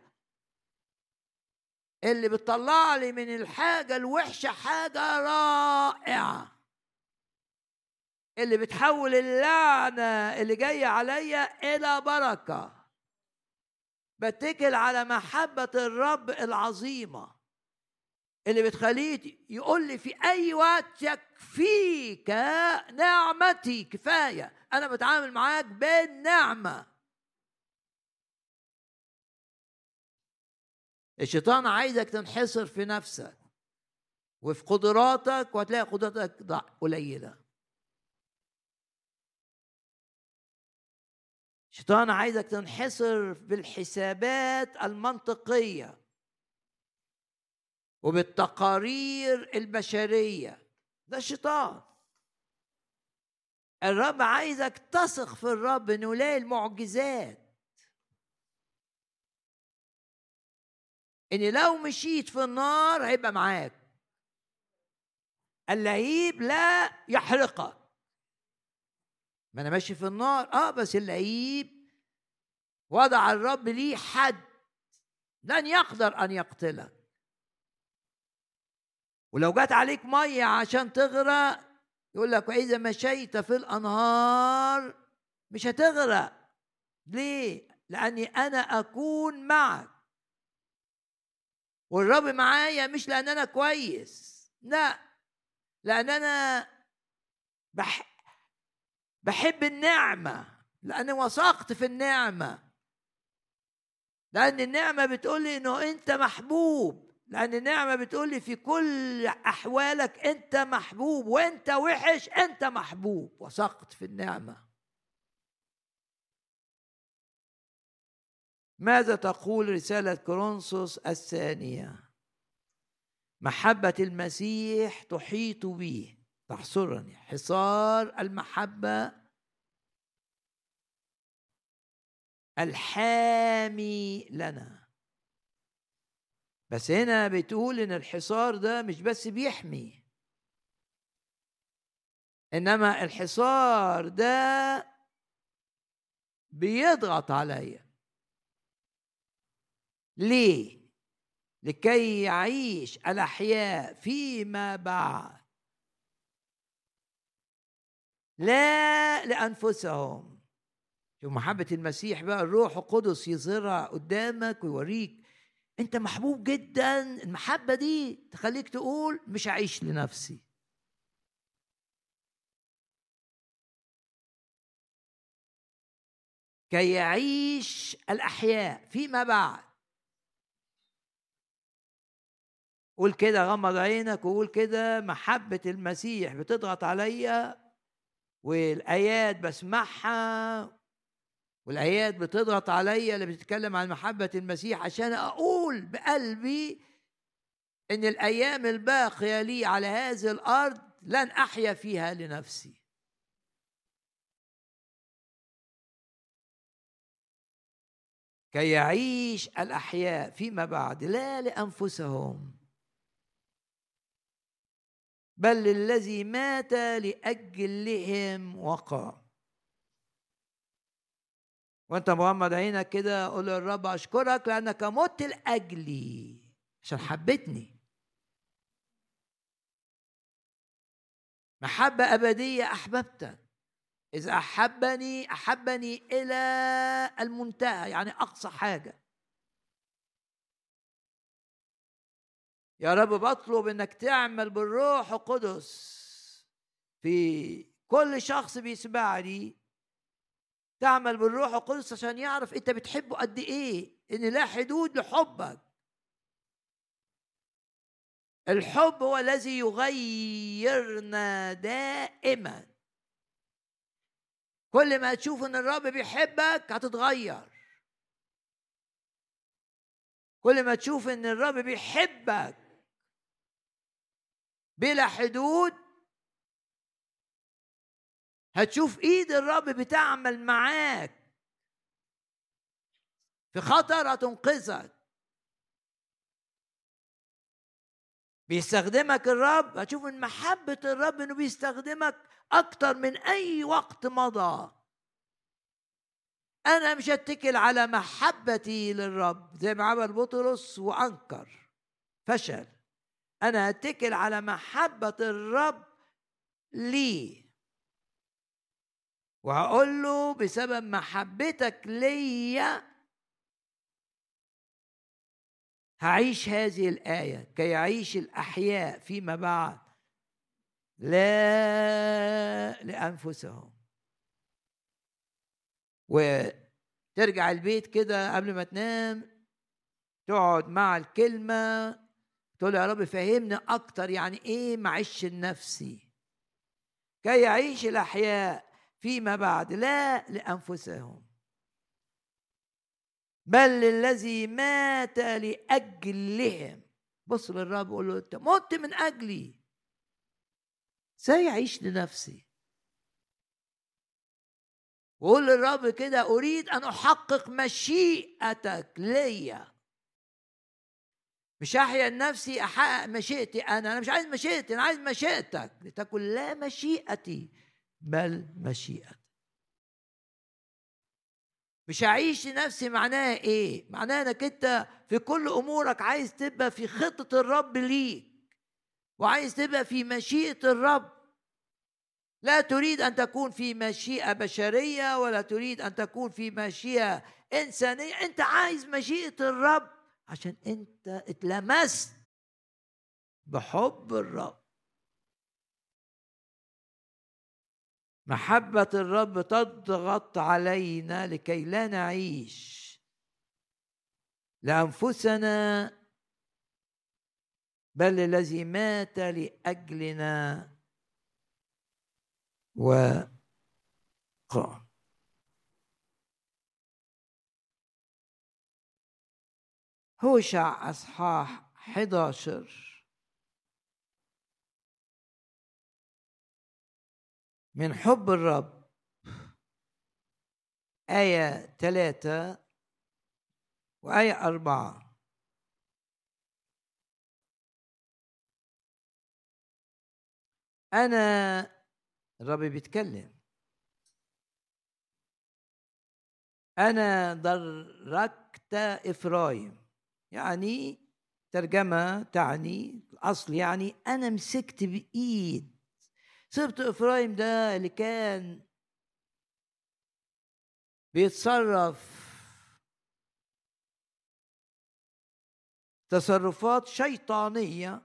اللي بتطلع لي من الحاجة الوحشة حاجة رائعة، اللي بتحول اللعنة اللي جاية عليا إلى بركة. بتكل على محبة الرب العظيمة اللي بتخليه يقول لي في أي وقت يكفيك نعمتي، كفاية، أنا بتعامل معاك بالنعمة. الشيطان عايزك تنحصر في نفسك وفي قدراتك، وهتلاقي قدراتك قليلة. الشيطان عايزك تنحصر بالحسابات المنطقية وبالتقارير البشرية، ده الشيطان. الرب عايزك تثق في الرب انه لا المعجزات، ان لو مشيت في النار هيبقى معاك، اللهيب لا يحرقك. ما انا ماشي في النار بس اللهيب وضع الرب لي حد، لن يقدر ان يقتلك. ولو جات عليك ميه عشان تغرق يقول لك واذا مشيت في الانهار مش هتغرق. ليه؟ لاني انا اكون معك. والرب معايا مش لان انا كويس، لا، لان انا بحب النعمه، لاني وثقت في النعمه، لان النعمه بتقولي انه انت محبوب، لان النعمه بتقولي في كل احوالك انت محبوب، وانت وحش انت محبوب. وثقت في النعمه. ماذا تقول رساله كورنثوس الثانيه؟ محبه المسيح تحيط بي، تحصرني، حصار المحبه الحامي لنا. بس هنا بتقول ان الحصار ده مش بس بيحمي، انما الحصار ده بيضغط عليا. ليه؟ لكي يعيش الأحياء فيما بعد لا لأنفسهم. شوف محبة المسيح بقى، الروح القدس يظهرها قدامك ويوريك انت محبوب جدا. المحبة دي تخليك تقول مش هعيش لنفسي، كي يعيش الأحياء فيما بعد. قول كده، غمض عينك وقول كده، محبة المسيح بتضغط عليا، والآيات بسمعها، والآيات بتضغط عليا اللي بتتكلم عن محبة المسيح، عشان أقول بقلبي إن الأيام الباقية لي على هذه الأرض لن أحيا فيها لنفسي. كي يعيش الأحياء فيما بعد لا لأنفسهم بل الذي مات لأجلهم وقام. وانت مغمض عينك كده قول للرب أشكرك لأنك مت لأجلي عشان حبتني. محبة أبدية أحببتك. إذا أحبني إلى المنتهى، يعني أقصى حاجة. يا رب بطلب إنك تعمل بالروح القدس في كل شخص بيسمعني، تعمل بالروح القدس عشان يعرف أنت بتحبه قد إيه، إن لا حدود لحبك. الحب هو الذي يغيرنا دائما. كل ما تشوف ان الرب بيحبك هتتغير. كل ما تشوف ان الرب بيحبك بلا حدود هتشوف ايد الرب بتعمل معاك في خطر، هتنقذك. بيستخدمك الرب، هتشوف من محبة الرب انه بيستخدمك اكتر من اي وقت مضى. انا مش هتكل على محبتي للرب زي ما عمل بطرس وانكر فشل. انا هتكل على محبة الرب لي، وهقول له بسبب محبتك ليا هعيش هذه الآية كي يعيش الأحياء فيما بعد لا لأنفسهم. وترجع البيت كده قبل ما تنام، تقعد مع الكلمة، تقول يا رب فهمني أكتر يعني إيه معيش لنفسي، كي يعيش الأحياء فيما بعد لا لأنفسهم بل الذي مات لأجلهم. بص للرب وقول له أنت مت من أجلي، ازاي أعيش لنفسي؟ وقول للرب كده أريد أن أحقق مشيئتك ليا، مش أحيا لنفسي أحقق مشيئتي أنا مش عايز مشيئتي، أنا عايز مشيئتك لتكن لا مشيئتي بل مشيئتك. مش هعيش لنفسي معناها ايه؟ معناها انك انت في كل امورك عايز تبقى في خطة الرب ليك، وعايز تبقى في مشيئة الرب. لا تريد ان تكون في مشيئة بشرية ولا تريد ان تكون في مشيئة انسانية، انت عايز مشيئة الرب عشان انت اتلمست بحب الرب. محبة الرب تضغط علينا لكي لا نعيش لأنفسنا بل الذي مات لأجلنا وقام. هوشع أصحاح 11 من حب الرب، آية 3 وآية 4. أنا الرب بيتكلم، أنا دركت إفرايم، يعني ترجمة تعني الأصل يعني أنا مسكت بإيد. سبط إفرايم ده اللي كان بيتصرف تصرفات شيطانية،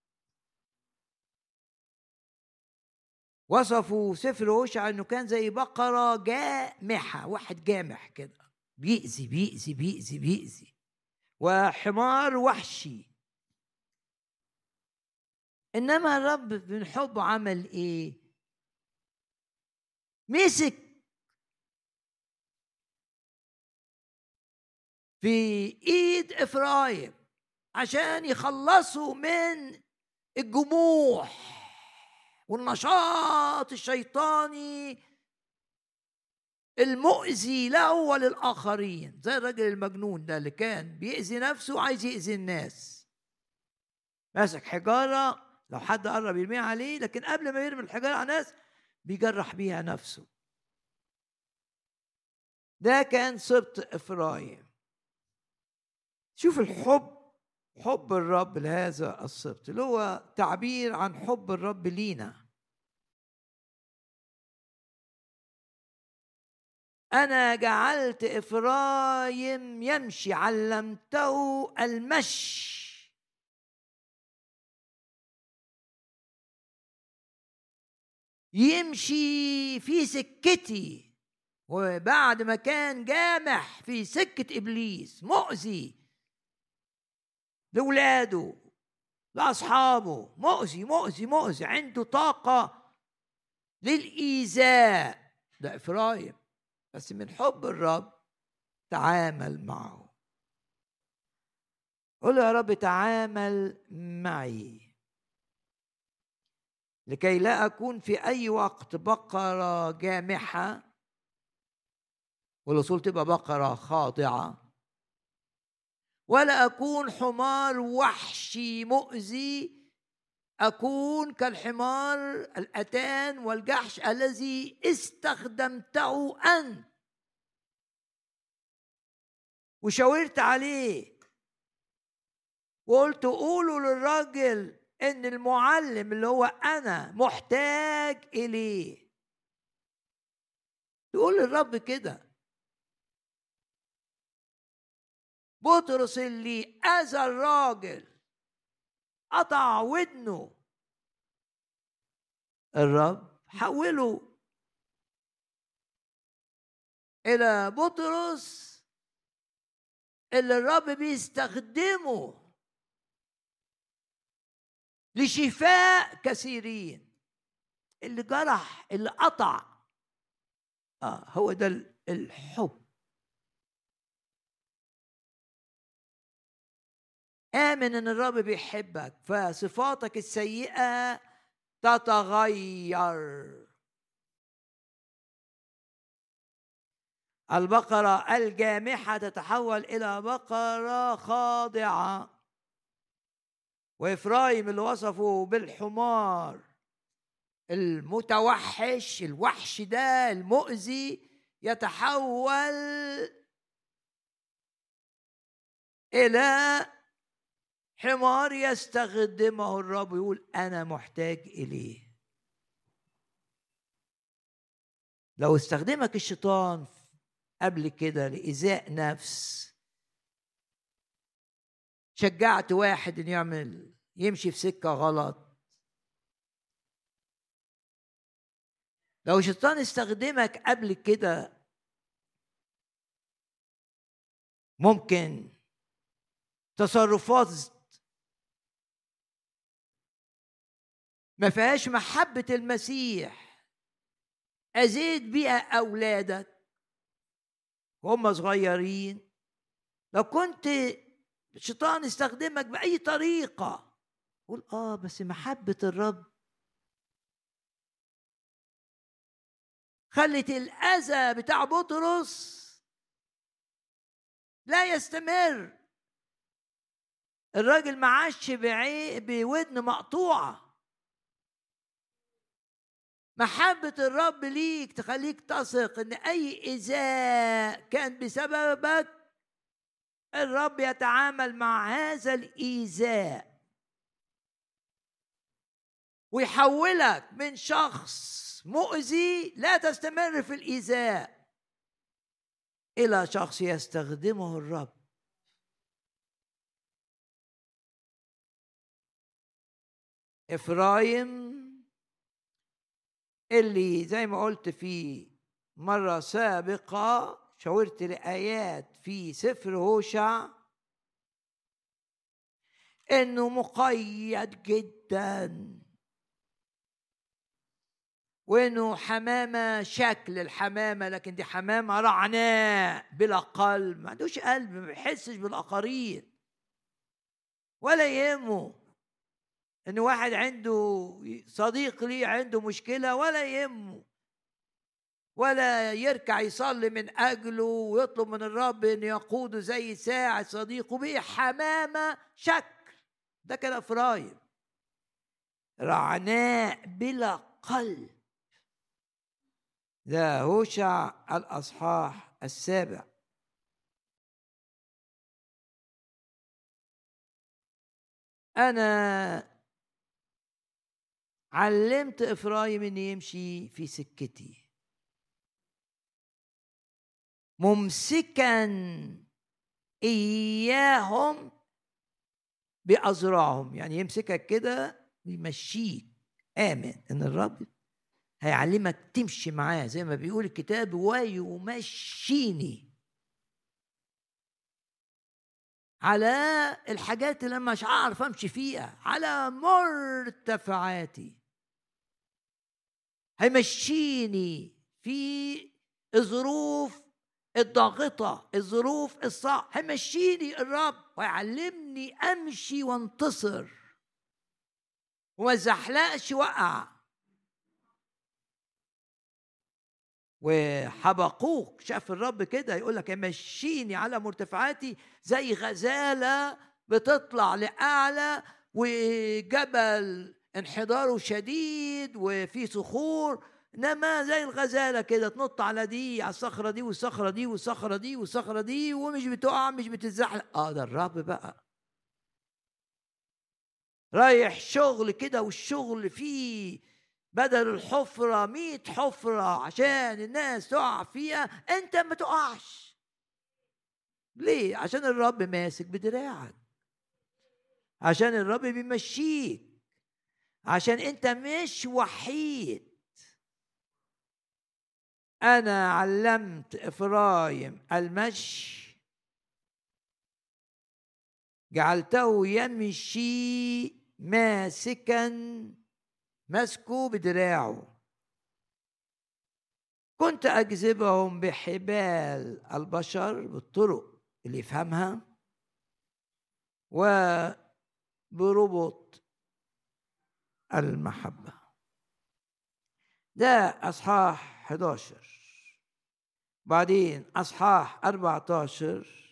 وصفوا سفر هوشع انه كان زي بقرة جامحة، واحد جامح كده بيأذي بيأذي بيأذي بيأذي، وحمار وحشي. انما الرب من حبه عمل ايه؟ مسك في ايد افرايم عشان يخلصوا من الجموح والنشاط الشيطاني المؤذي له وللآخرين، زي الراجل المجنون ده اللي كان بيأذي نفسه وعايز يأذي الناس. ماسك حجارة لو حد قرب يرميها عليه، لكن قبل ما يرمي الحجارة على الناس بيجرح بيها نفسه. ده كان سبط إفرايم. شوف الحب، حب الرب لهذا السبط اللي هو تعبير عن حب الرب لينا. أنا جعلت إفرايم يمشي، علمته المشي. يمشي في سكتي، وبعد ما كان جامح في سكة إبليس مؤذي لأولاده لأصحابه، مؤذي مؤذي مؤذي، عنده طاقة للإيذاء، ده إفرايم. بس من حب الرب تعامل معه. قل يا رب تعامل معي. لكي لا أكون في أي وقت بقرة جامحة، والأصول تبقى بقرة خاضعة، ولا أكون حمار وحشي مؤذي، أكون كالحمار الأتان والجحش الذي استخدمته أنت وشاورت عليه وقلت قولوا للراجل إن المعلم اللي هو أنا محتاج إليه. تقول للرب كده. بطرس اللي أذى الراجل قطع ودنه، الرب حوله إلى بطرس اللي الرب بيستخدمه لشفاء كثيرين، اللي جرح، اللي قطع. هو ده الحب. آمن إن الرب بيحبك، فصفاتك السيئة تتغير. البقرة الجامحة تتحول إلى بقرة خاضعة. وإفرايم اللي وصفه بالحمار المتوحش، الوحش ده المؤذي، يتحول إلى حمار يستخدمه الرب، يقول أنا محتاج إليه. لو استخدمك الشيطان قبل كده لإيذاء نفس، شجعت واحد إنه يمشي في سكة غلط، لو الشيطان استخدمك قبل كده ممكن تصرفات ما فيهاش محبة المسيح أزيد بيها أولادك وهم صغيرين، لو كنت الشيطان استخدمك بأي طريقة قول بس محبة الرب خلت الأذى بتاع بطرس لا يستمر. الراجل ما عاش بودن مقطوعة. محبة الرب ليك تخليك تثق ان اي إيذاء كان بسببك الرب يتعامل مع هذا الإيذاء ويحولك من شخص مؤذي لا تستمر في الإيذاء إلى شخص يستخدمه الرب. إفرايم اللي زي ما قلت في مرة سابقة، شاورت لآيات في سفر هوشع إنه مقيد جدا، وإنه حمامة شكل الحمامة، لكن دي حمامة رعناء بلا قلب، ما عندوش قلب، ما بيحسش بالآخرين، ولا يهمه إن واحد عنده صديق ليه عنده مشكلة، ولا يهمه، ولا يركع يصلي من أجله ويطلب من الرب إن يقوده زي ساعد صديقه. بيه حمامة شكل. ده كان إفرايم رعناء بلا قلب. ده هوشع الأصحاح 7. أنا علمت إفرايم إن يمشي في سكتي ممسكا إياهم بأذرعهم، يعني يمسكك كده ويمشيك. آمن إن الرب هيعلمك تمشي معاه زي ما بيقول الكتاب، ويمشيني على الحاجات اللي مش عارف امشي فيها، على مرتفعاتي. هيمشيني في الظروف الضاغطة، الظروف الصعبة، هيمشيني الرب ويعلمني امشي وانتصر وما زحلقش وقع. وحبقوق شاف الرب كده يقول لك يمشيني على مرتفعاتي زي غزالة بتطلع لأعلى، وجبل انحداره شديد وفي صخور، انما زي الغزاله كده تنط على دي، على الصخره دي والصخره دي والصخره دي والصخره دي، ومش بتقع مش بتتزحلق. ده الرب بقى رايح شغل كده، والشغل فيه بدل الحفرة 100 حفرة عشان الناس تقع فيها، انت ما تقعش. ليه؟ عشان الرب ماسك بدراعك، عشان الرب بيمشيك، عشان انت مش وحيد. انا علمت افرايم المشي، جعلته يمشي ماسكا، ماسكه بدراعه. كنت أجذبهم بحبال البشر، بالطرق اللي يفهمها، وبربط المحبة. ده أصحاح 11. بعدين أصحاح 14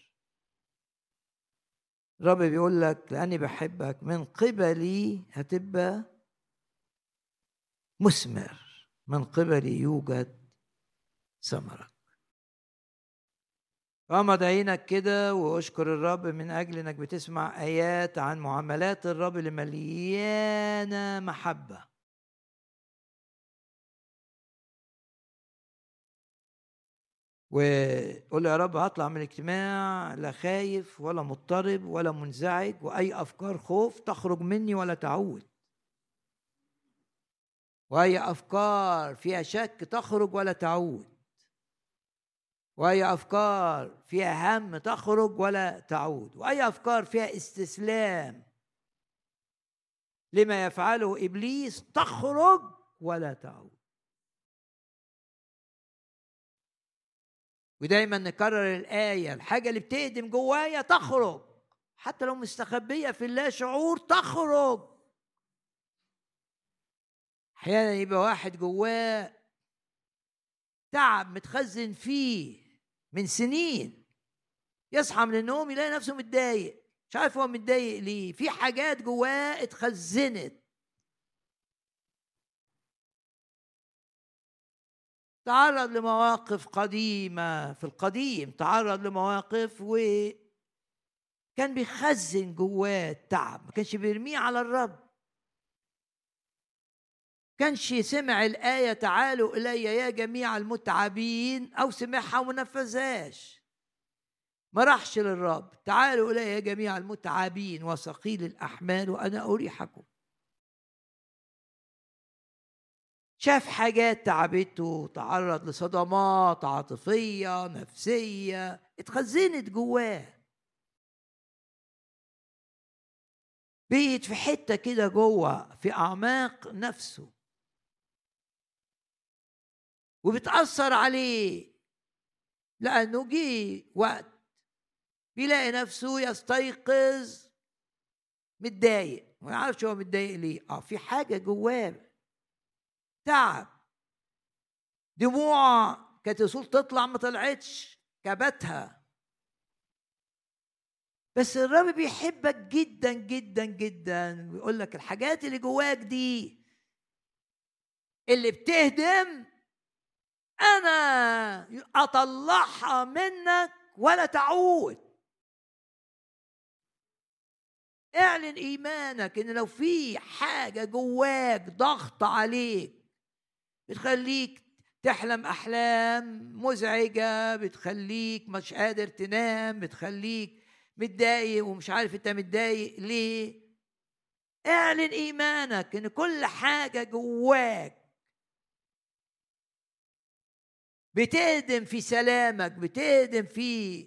الرب بيقول لك لأني بحبك من قبلي هتبقى مثمر، من قبلي يوجد ثمرك. غمض عينك كده واشكر الرب من اجل انك بتسمع ايات عن معاملات الرب اللي مليانه محبه. وقول يا رب هطلع من الاجتماع لا خايف ولا مضطرب ولا منزعج، واي افكار خوف تخرج مني ولا تعود، واي افكار فيها شك تخرج ولا تعود، واي افكار فيها هم تخرج ولا تعود، واي افكار فيها استسلام لما يفعله ابليس تخرج ولا تعود. ودايما نكرر الايه، الحاجه اللي بتهدم جوايا تخرج، حتى لو مستخبيه في اللا شعور تخرج. احيانا يبقى واحد جواه تعب متخزن فيه من سنين، يصحى من النوم يلاقي نفسه متضايق، مش عارف هو متضايق ليه، في حاجات جواه اتخزنت. تعرض لمواقف قديمة، في القديم تعرض لمواقف وكان بيخزن جواه التعب، ما كانش بيرميه على الرب. كانش سمع الآية تعالوا إلي يا جميع المتعبين، أو سمعها ونفذهاش، ما راحش للرب تعالوا إلي يا جميع المتعبين وثقيل الأحمال وأنا أريحكم. شاف حاجات تعبته، تعرض لصدمات عاطفية نفسية اتخزنت جواه، بقيت في حتة كده جوه في أعماق نفسه وبتأثر عليه، لأنه جه وقت بيلاقي نفسه يستيقظ متضايق، ما يعرفش هو متضايق ليه. في حاجة جواه تعب، دموع كانت الرسول تطلع ما طلعتش، كبتها. بس الرب بيحبك جدا جدا جدا، ويقول لك الحاجات اللي جواك دي اللي بتهدم انا اطلعها منك ولا تعود. اعلن ايمانك ان لو في حاجه جواك ضغط عليك بتخليك تحلم احلام مزعجه، بتخليك مش قادر تنام، بتخليك متضايق ومش عارف انت متضايق ليه، اعلن ايمانك ان كل حاجه جواك بتهدم في سلامك، بتهدم في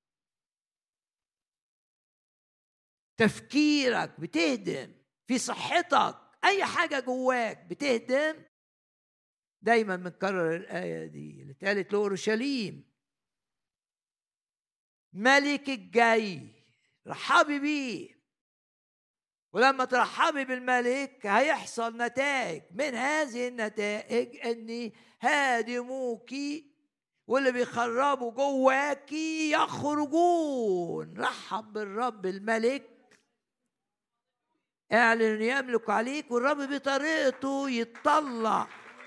تفكيرك، بتهدم في صحتك، اي حاجه جواك بتهدم. دايما بنكرر الايه دي اللي اتقالت لاورشليم، ملك الجاي رحبي بيه، ولما ترحبي بالملك هيحصل نتائج. من هذه النتائج ان هادموكي واللي بيخربوا جواكي يخرجون. رحب بالرب الملك، اعلن يملك عليك، والرب بطريقته يتطلع.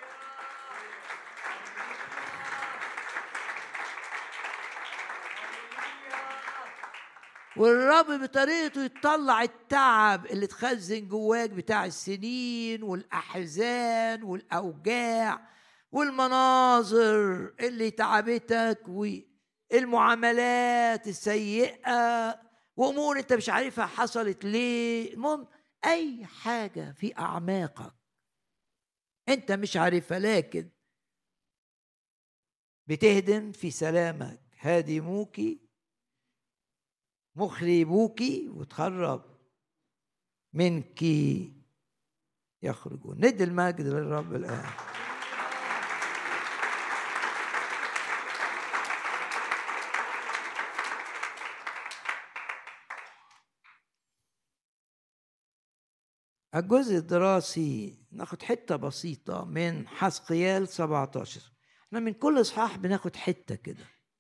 والرب بطريقته يطلع التعب اللي اتخزن جواك بتاع السنين والأحزان والأوجاع والمناظر اللي تعبتك والمعاملات السيئة وأمور أنت مش عارفها حصلت ليه. المهم أي حاجة في أعماقك أنت مش عارفها لكن بتهدم في سلامك. هادموكي مخربوكي وتخرب منك يخرجون. ندي المجد للرب الآن. الجزء الدراسي ناخد حتة بسيطة من حزقيال 17. احنا من كل اصحاح بناخد حتة كده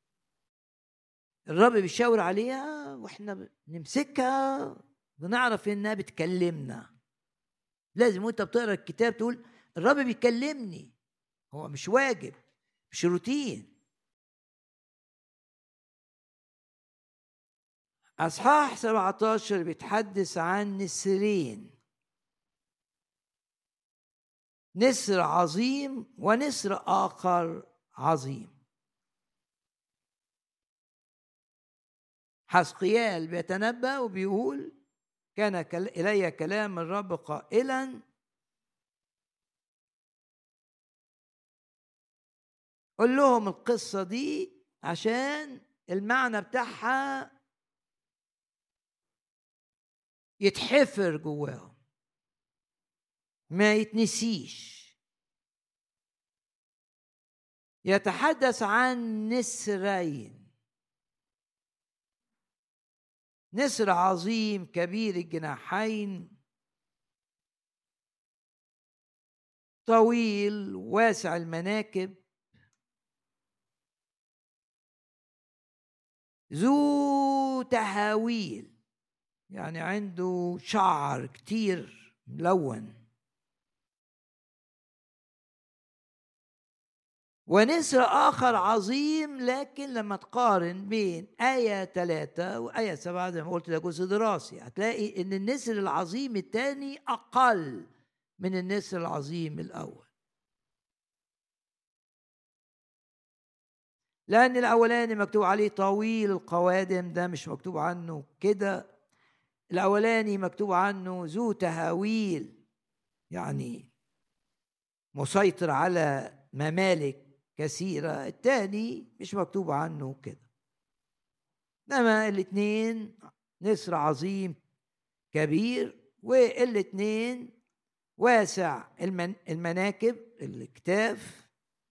الرب بيشاور عليها واحنا بنمسكها بنعرف انها بتكلمنا. لازم وانت بتقرا الكتاب تقول الرب بيكلمني. هو مش واجب، مش روتين. اصحاح 17 بيتحدث عن نسرين، نسر عظيم ونسر آخر عظيم. حزقيال بيتنبأ وبيقول كان إلي كلام الرب قائلا قل لهم القصة دي عشان المعنى بتاعها يتحفر جواهم ما يتنسيش. يتحدث عن نسرين، نسر عظيم كبير الجناحين طويل واسع المناكب ذو تهاويل، يعني عنده شعر كتير ملون. ونسر آخر عظيم، لكن لما تقارن بين آية 3 وآية 7 زي ما قلت ده جزء دراسي هتلاقي إن النسر العظيم الثاني أقل من النسر العظيم الأول، لأن الأولاني مكتوب عليه طويل القوادم، ده مش مكتوب عنه كده. الأولاني مكتوب عنه ذو تهاويل، يعني مسيطر على ممالك كثيرة. الثاني مش مكتوب عنه كده. إنما الاثنين نسر عظيم كبير، والاثنين واسع المناكب الكتاف.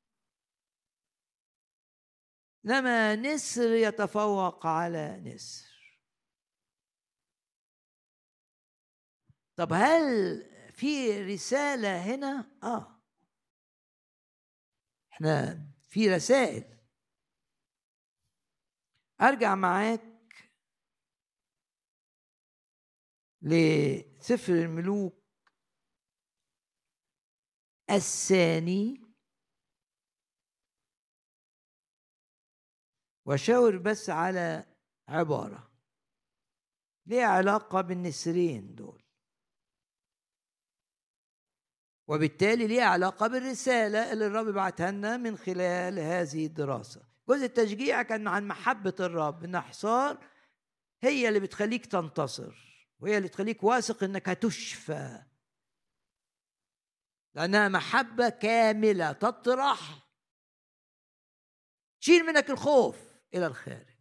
إنما نسر يتفوق على نسر. طب هل في رسالة هنا؟ احنا في رسائل. ارجع معاك لسفر الملوك الثاني واشاور بس على عبارة ليها علاقة بالنسرين دول، وبالتالي ليها علاقة بالرسالة اللي الرب بعتها لنا من خلال هذه الدراسة. جزء التشجيع كان عن محبة الرب، إن حصار هي اللي بتخليك تنتصر، وهي اللي تخليك واثق إنك هتشفى، لأنها محبة كاملة تطرح تشيل منك الخوف إلى الخارج.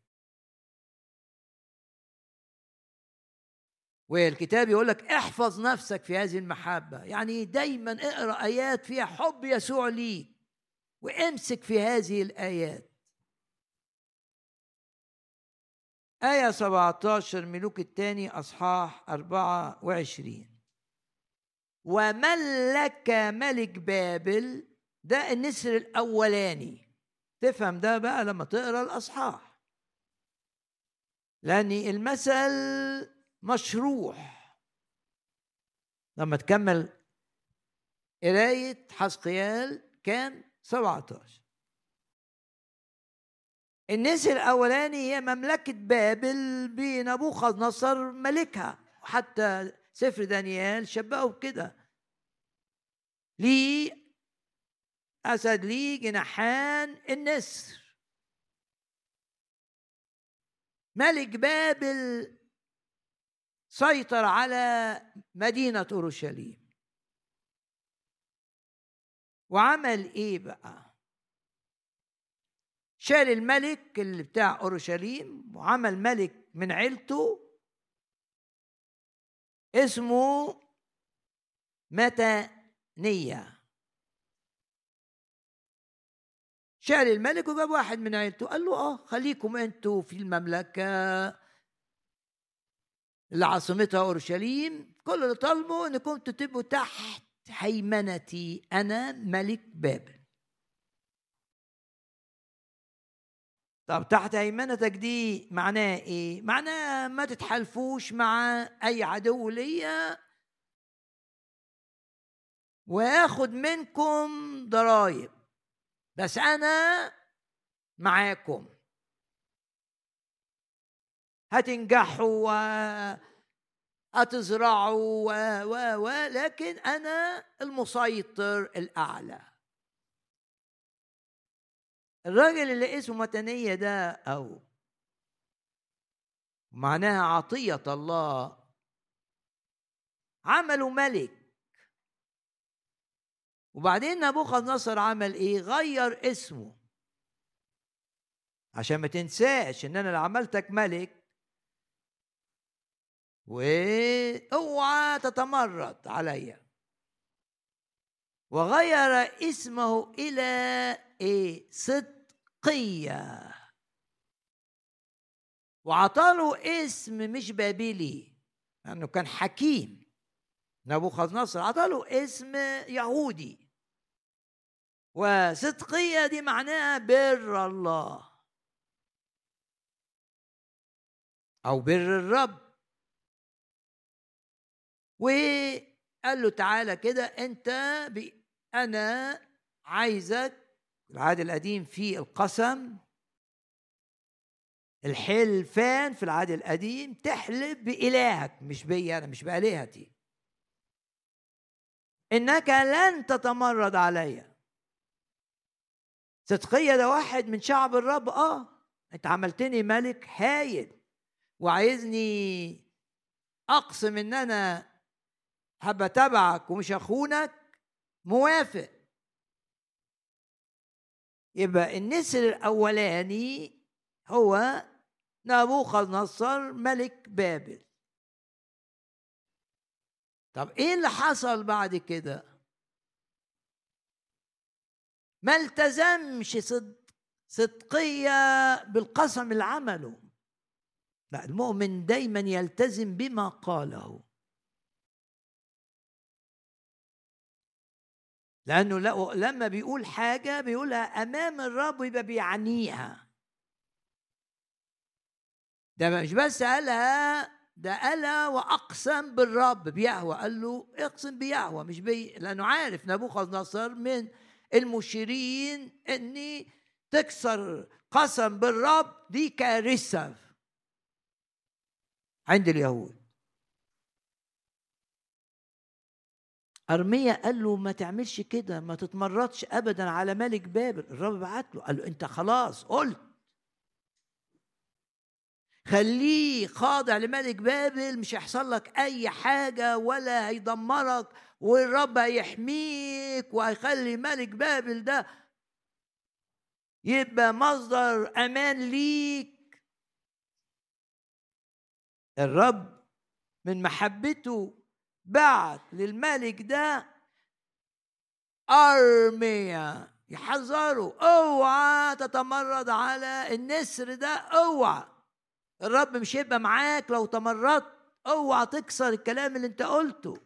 والكتاب يقول لك احفظ نفسك في هذه المحبة، يعني دايما اقرأ آيات فيها حب يسوع ليك وامسك في هذه الآيات. آية 17 ملوك الثاني أصحاح 24. وملك ملك بابل، ده النسر الأولاني. تفهم ده بقى لما تقرأ الأصحاح، لأن المثل مشروح لما تكمل قراية حزقيال كان 17. النسر الأولاني هي مملكة بابل بنبوخذ نصر ملكها، وحتى سفر دانيال شبهه بكده. ليه أسد ليه جناحان النسر. ملك بابل سيطر على مدينة أورشليم، وعمل إيه بقى؟ شال الملك اللي بتاع أورشليم وعمل ملك من عيلته اسمه متانية. شال الملك وجاب واحد من عيلته، قال له خليكم انتوا في المملكة اللي عاصمتها أورشليم، كل اللي طالبه انكم تبقوا تحت هيمنتي، أنا ملك بابل. طب تحت هيمنتك دي معناه ايه؟ معناه ما تتحالفوش مع اي عدو ليا وياخد منكم ضرائب، بس انا معاكم، هتنجحوا وهتزرعوا لكن انا المسيطر الاعلى. الراجل اللي اسمه متانية ده او معناها عطية الله، عملوا ملك. وبعدين نبوخذ نصر عمل ايه؟ غير اسمه عشان ما تنساش ان انا اللي عملتك ملك، واوعى تتمرد عليا. وغير اسمه الى ايه؟ صدقية. وعطاله اسم مش بابلي لانه كان حكيم. نبوخذ نصر عطاله اسم يهودي، وصدقية دي معناها بر الله أو بر الرب. وقال له تعالى كده أنت أنا عايزك. العهد القديم فيه القسم، الحلفان في العهد القديم تحلف بإلهك، مش بي أنا، مش بآلهتي، إنك لن تتمرد عليا. صدقية ده واحد من شعب الرب. أنت عملتني ملك هايل وعايزني أقسم إن أنا هبقى تبعك ومش أخونك، موافق. يبقى النسر الأولاني هو نبوخذ نصر ملك بابل. طب إيه اللي حصل بعد كده؟ ما التزمش صدقية بالقسم اللي عمله. لا، المؤمن دايما يلتزم بما قاله، لأنه لما بيقول حاجة بيقولها أمام الرب ويبقى بيعنيها. ده مش بس قالها، ده قالها وأقسم بالرب بيهوى. قال له اقسم بيهوى مش لأنه عارف نبوخذ نصر من المشيرين أني تكسر قسم بالرب دي كارثة عند اليهود. أرميا قال له ما تعملش كده، ما تتمردش أبدا على ملك بابل. الرب بعت له قال له أنت خلاص قلت، خليه خاضع لملك بابل، مش هيحصل لك أي حاجة ولا هيدمرك، والرب هيحميك وهيخلي ملك بابل ده يبقى مصدر أمان ليك. الرب من محبته بعت للملك ده أرميا يحذره، اوعى تتمرد على النسر ده، اوعى. الرب مش هيبقى معاك لو تمردت. اوعى تكسر الكلام اللي انت قلته.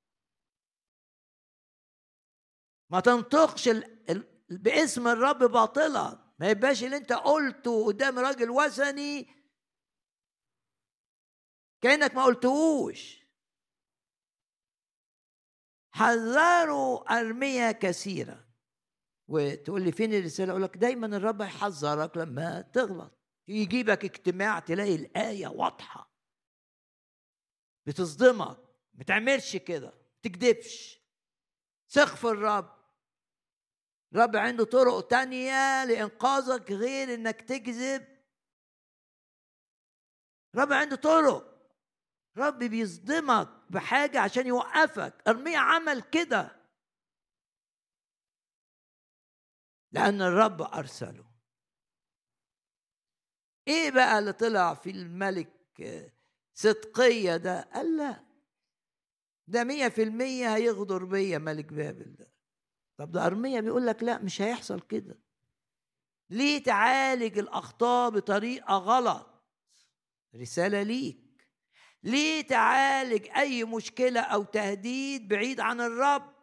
ما تنطقش باسم الرب باطلا. ما يبقاش اللي انت قلته قدام راجل وثني كأنك ما قلتهوش. حذروا أرمية كثيرا. وتقول لي فين الرسالة؟ أقول لك دايما الرب يحذرك لما تغلط. يجيبك اجتماع تلاقي الآية واضحة بتصدمك. ما تعملش كده، ما تكذبش، ثق في الرب. الرب عنده طرق تانية لإنقاذك غير إنك تكذب. الرب عنده طرق. الرب بيصدمك بحاجة عشان يوقفك. أرميا عمل كده لأن الرب أرسله. إيه بقى اللي طلع في الملك صدقية ده؟ قال لا، ده 100% هيغدر بيا ملك بابل ده. طب ده أرميا بيقول لك لا، مش هيحصل كده. ليه تعالج الأخطاء بطريقة غلط؟ رسالة ليك. ليه تعالج أي مشكلة أو تهديد بعيد عن الرب؟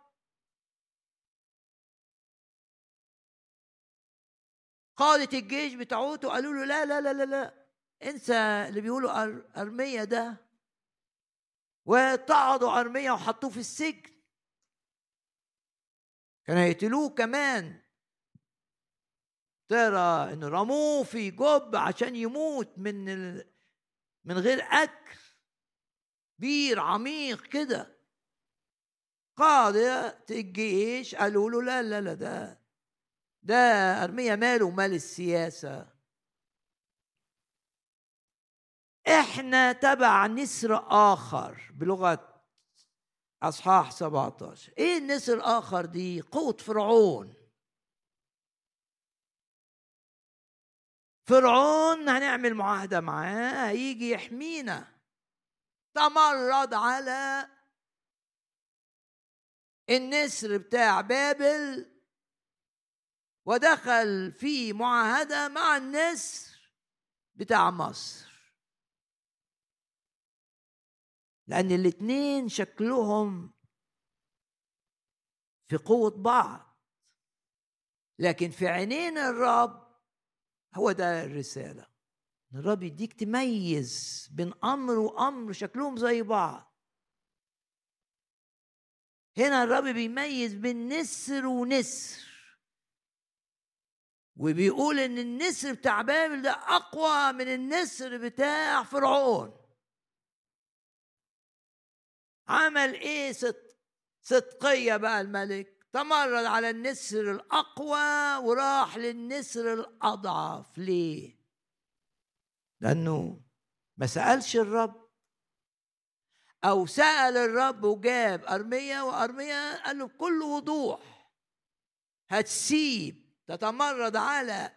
قادة الجيش بتاعته قالوا له لا لا لا لا لا، انسى اللي بيقولوا أرميا ده. واتعظوا أرميا وحطوه في السجن. كانوا هيقتلوه كمان. ترى انه رموه في جب عشان يموت من غير اكل. بير عميق كده. قادة الجيش قالوا له لا لا لا، ده أرميا ماله مال السياسة. احنا تبع نسر آخر بلغة أصحاح 17. ايه النسر الآخر دي؟ قوة فرعون. فرعون هنعمل معاهدة معاه، هيجي يحمينا. تمرد على النسر بتاع بابل ودخل في معاهدة مع النسر بتاع مصر، لأن الاتنين شكلهم في قوة بعض. لكن في عينين الرب هو ده الرسالة. الرب يديك تميز بين أمر وأمر شكلهم زي بعض. هنا الرب بيميز بين نسر ونسر، وبيقول ان النسر بتاع بابل ده اقوى من النسر بتاع فرعون. عمل ايه صدقية بقى الملك؟ تمرد على النسر الاقوى وراح للنسر الاضعف. ليه؟ لانه ما سألش الرب، او سأل الرب وجاب أرميا، وأرميا قال له بكل وضوح هتسيب تتمرد على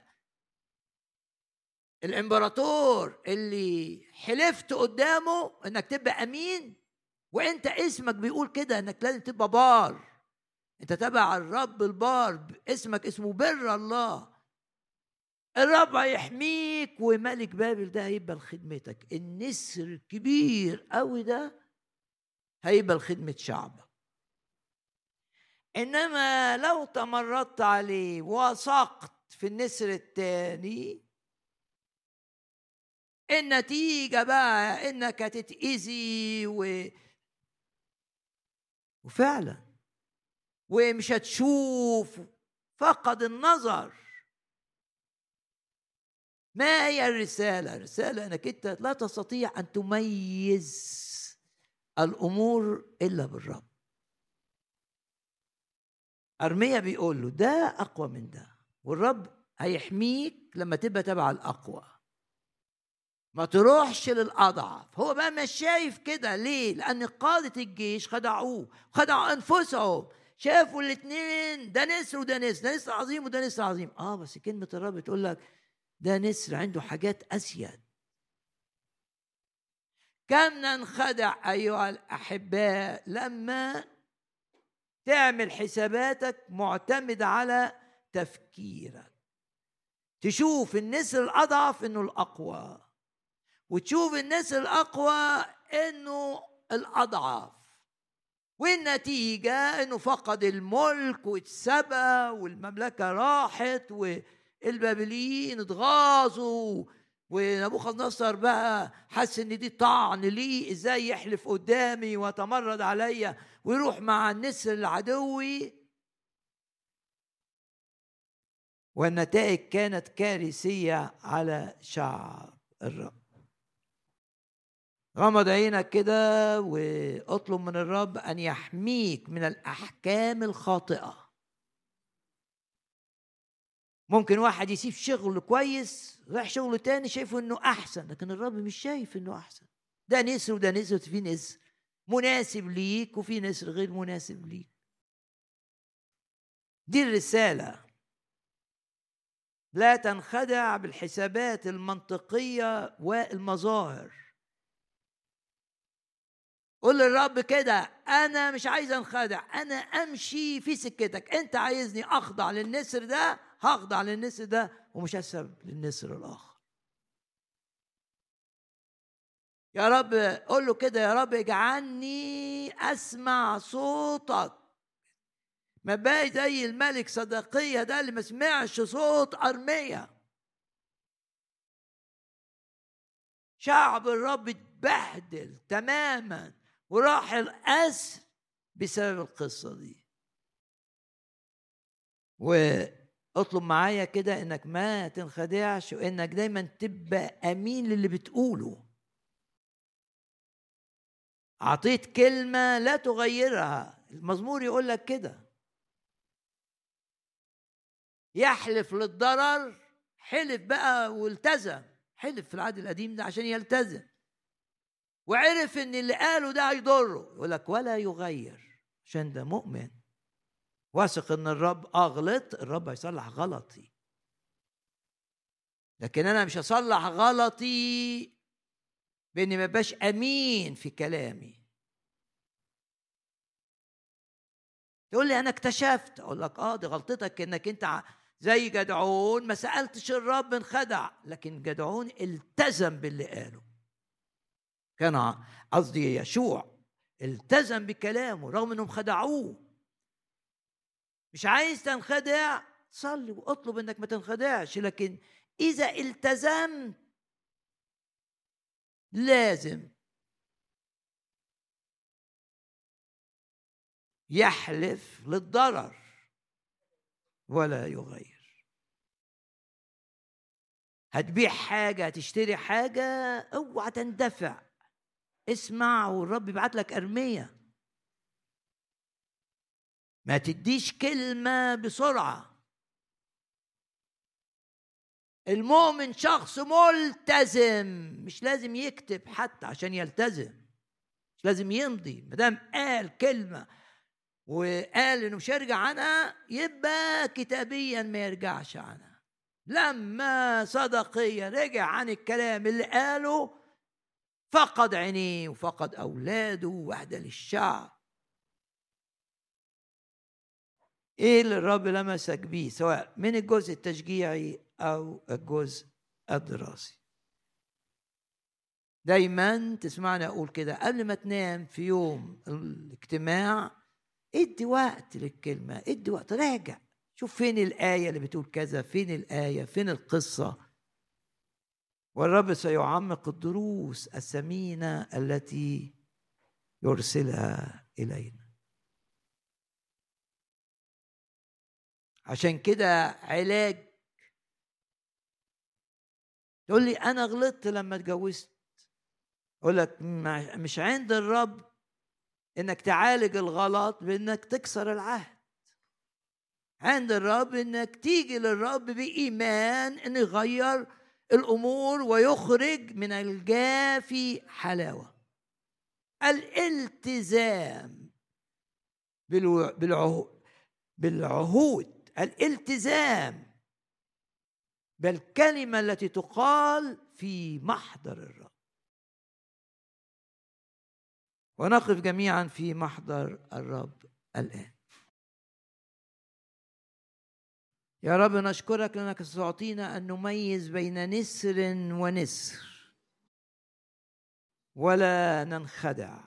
الامبراطور اللي حلفت قدامه انك تبقى امين، وانت اسمك بيقول كده انك لازم تبقى بار. انت تبع الرب البار، اسمك اسمه بر الله. الرب هيحميك، وملك بابل ده هيبقى لخدمتك. النسر الكبير قوي ده هيبقى لخدمة شعبك. انما لو تمردت عليه وثقت في النسر الثاني، النتيجة بقى انك هتتأذي وفعلا ومش هتشوف. فقد النظر. ما هي الرسالة؟ الرسالة انك انت لا تستطيع ان تميز الامور الا بالرب. أرميا بيقول له ده اقوى من ده، والرب هيحميك لما تبقى تبع الاقوى، ما تروحش للأضعف. هو بقى مش شايف كده. ليه؟ لأن قادة الجيش خدعوه، خدعوا أنفسهم. شافوا الاثنين، ده نسر وده نسر، ده نسر عظيم وده نسر عظيم. بس كلمة الرب تقول لك ده نسر عنده حاجات أسيد. كم ننخدع أيها الأحباء لما تعمل حساباتك معتمد على تفكيرك، تشوف النسر الأضعف إنه الأقوى، وتشوف الناس الأقوى إنه الأضعف، والنتيجة إنه فقد الملك واتسبى والمملكة راحت والبابليين اتغاظوا، ونبوخذ نصر بقى حس إن دي طعن ليه، إزاي يحلف قدامي ويتمرد عليا ويروح مع النسر العدوي. والنتائج كانت كارثية على شعب الرب. غمض عينك كده واطلب من الرب أن يحميك من الأحكام الخاطئة. ممكن واحد يسيب شغل كويس رايح شغل تاني شايفه انه احسن، لكن الرب مش شايف انه احسن. ده نسر وده نسر، في نسر مناسب ليك وفي نسر غير مناسب ليك. دي الرسالة. لا تنخدع بالحسابات المنطقية والمظاهر. قول للرب كده: أنا مش عايز أنخدع، أنا أمشي في سكتك. أنت عايزني أخضع للنسر ده، هخضع للنسر ده ومش هسب للنسر الآخر. يا رب قول له كده: يا رب اجعلني أسمع صوتك. ما بقى زي الملك صدقية ده اللي ما سمعش صوت أرميا. شعب الرب اتبهدل تماما وراح الأسر بسبب القصة دي. واطلب معايا كده انك ما تنخدعش، وانك دايما تبقى امين للي بتقوله. اعطيت كلمة لا تغيرها. المزمور يقول لك كده: يحلف للضرر. حلف بقى والتزم، حلف في العهد القديم ده عشان يلتزم، وعرف ان اللي قاله ده هيضره، يقول لك ولا يغير، عشان ده مؤمن واثق ان الرب اغلط، الرب هيصلح غلطي. لكن انا مش هصلح غلطي باني ما بقاش امين في كلامي. تقول لي انا اكتشفت، اقول لك دي غلطتك، انك انت زي جدعون ما سالتش الرب انخدع، لكن جدعون التزم باللي قاله. كان قصدي يشوع التزم بكلامه رغم انهم خدعوه. مش عايز تنخدع، صلي واطلب انك ما تنخدعش، لكن اذا التزمت لازم يحلف للضرر ولا يغير. هتبيع حاجة، هتشتري حاجة، اوعى تندفع، اسمع والرب يبعت لك أرمية. ما تديش كلمة بسرعة. المؤمن شخص ملتزم، مش لازم يكتب حتى عشان يلتزم، مش لازم يمضي. مدام قال كلمة وقال انه مش هيرجع عنها، يبقى كتابيا ما يرجعش عنها. لما صدقيا رجع عن الكلام اللي قاله، فقد عينيه وفقد اولاده واهدى للشعب. ايه اللي الرب لمسك بيه، سواء من الجزء التشجيعي او الجزء الدراسي؟ دايما تسمعني اقول كده قبل ما تنام في يوم الاجتماع: ادي وقت للكلمة، ادي وقت، راجع شوف فين الآية اللي بتقول كذا، فين الآية، فين القصة. والرب سيعمق الدروس الثمينة التي يرسلها إلينا. عشان كده علاج. تقول لي أنا غلطت لما اتجوزت، أقول لك مش عند الرب إنك تعالج الغلط بإنك تكسر العهد. عند الرب إنك تيجي للرب بإيمان إنه يغير الأمور ويخرج من الجافي حلاوة. الالتزام بالعهود، الالتزام بالكلمة التي تقال في محضر الرب. ونقف جميعا في محضر الرب الآن. يا رب نشكرك لأنك تعطينا أن نميز بين نسر ونسر. ولا ننخدع،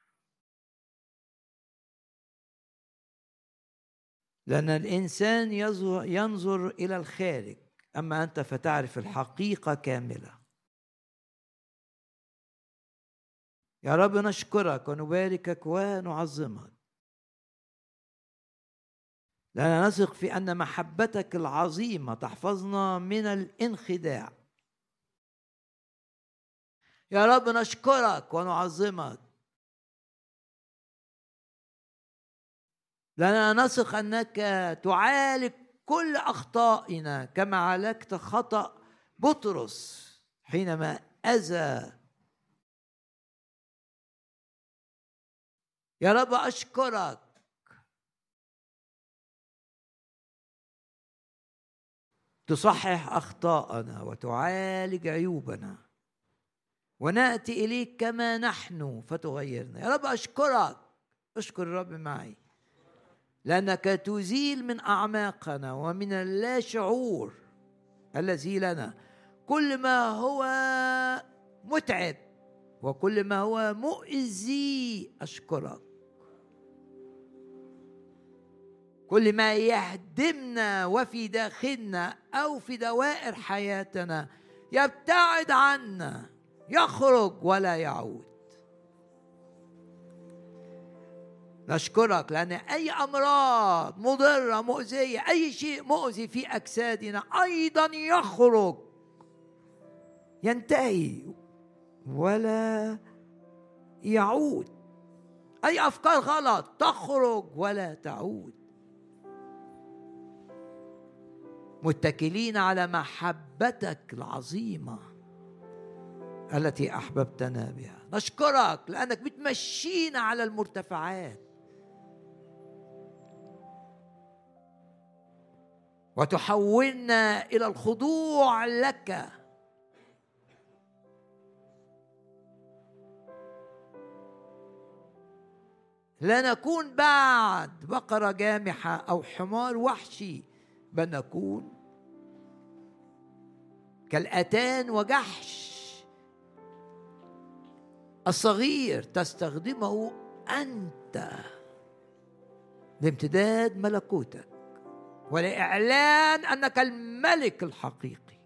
لأن الإنسان ينظر إلى الخارج، أما أنت فتعرف الحقيقة كاملة. يا رب نشكرك ونباركك ونعظمك، لأننا نثق في أن محبتك العظيمة تحفظنا من الانخداع. يا رب نشكرك ونعظمك، لأننا نثق أنك تعالج كل أخطائنا كما عالجت خطأ بطرس حينما أذى. يا رب أشكرك تصحح أخطاءنا وتعالج عيوبنا، ونأتي إليك كما نحن فتغيرنا. يا رب أشكرك، أشكر الرب معي، لأنك تزيل من أعماقنا ومن اللا شعور الذي لنا كل ما هو متعب وكل ما هو مؤذي. أشكرك، كل ما يهدمنا وفي داخلنا أو في دوائر حياتنا يبتعد عنا، يخرج ولا يعود. نشكرك لأن أي أمراض مضرة مؤذية، أي شيء مؤذي في أجسادنا أيضا يخرج، ينتهي ولا يعود. أي أفكار غلط تخرج ولا تعود، متكلين على محبتك العظيمة التي أحببتنا بها. نشكرك لأنك بتمشينا على المرتفعات وتحولنا إلى الخضوع لك. لا نكون بعد بقرة جامحة أو حمار وحشي، بل نكون كالأتان وجحش الصغير تستخدمه أنت لامتداد ملكوتك ولإعلان أنك الملك الحقيقي.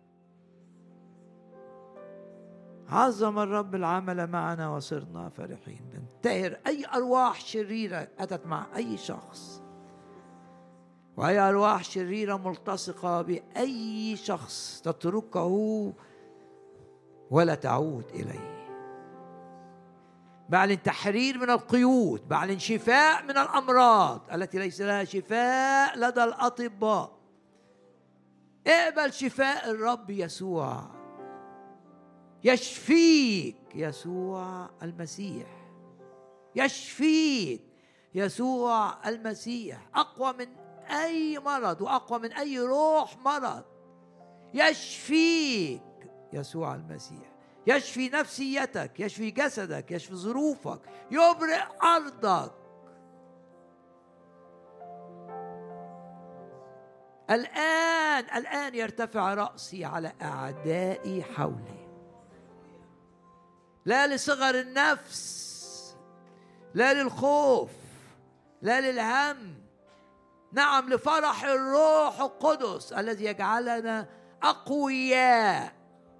عظم الرب العمل معنا وصرنا فرحين. ننتهر أي أرواح شريرة أتت مع أي شخص، وأي أرواح شريرة ملتصقة بأي شخص تتركه ولا تعود إليه. بعلن تحرير من القيود، بعلن شفاء من الأمراض التي ليس لها شفاء لدى الأطباء. اقبل شفاء الرب يسوع، يشفيك يسوع المسيح، يشفيك يسوع المسيح، أقوى من أي مرض وأقوى من أي روح مرض. يشفيك يسوع المسيح، يشفي نفسيتك، يشفي جسدك، يشفي ظروفك، يبرئ أرضك. الآن يرتفع رأسي على أعدائي حولي، لا لصغر النفس، لا للخوف، لا للهم، نعم لفرح الروح القدس الذي يجعلنا أقوياء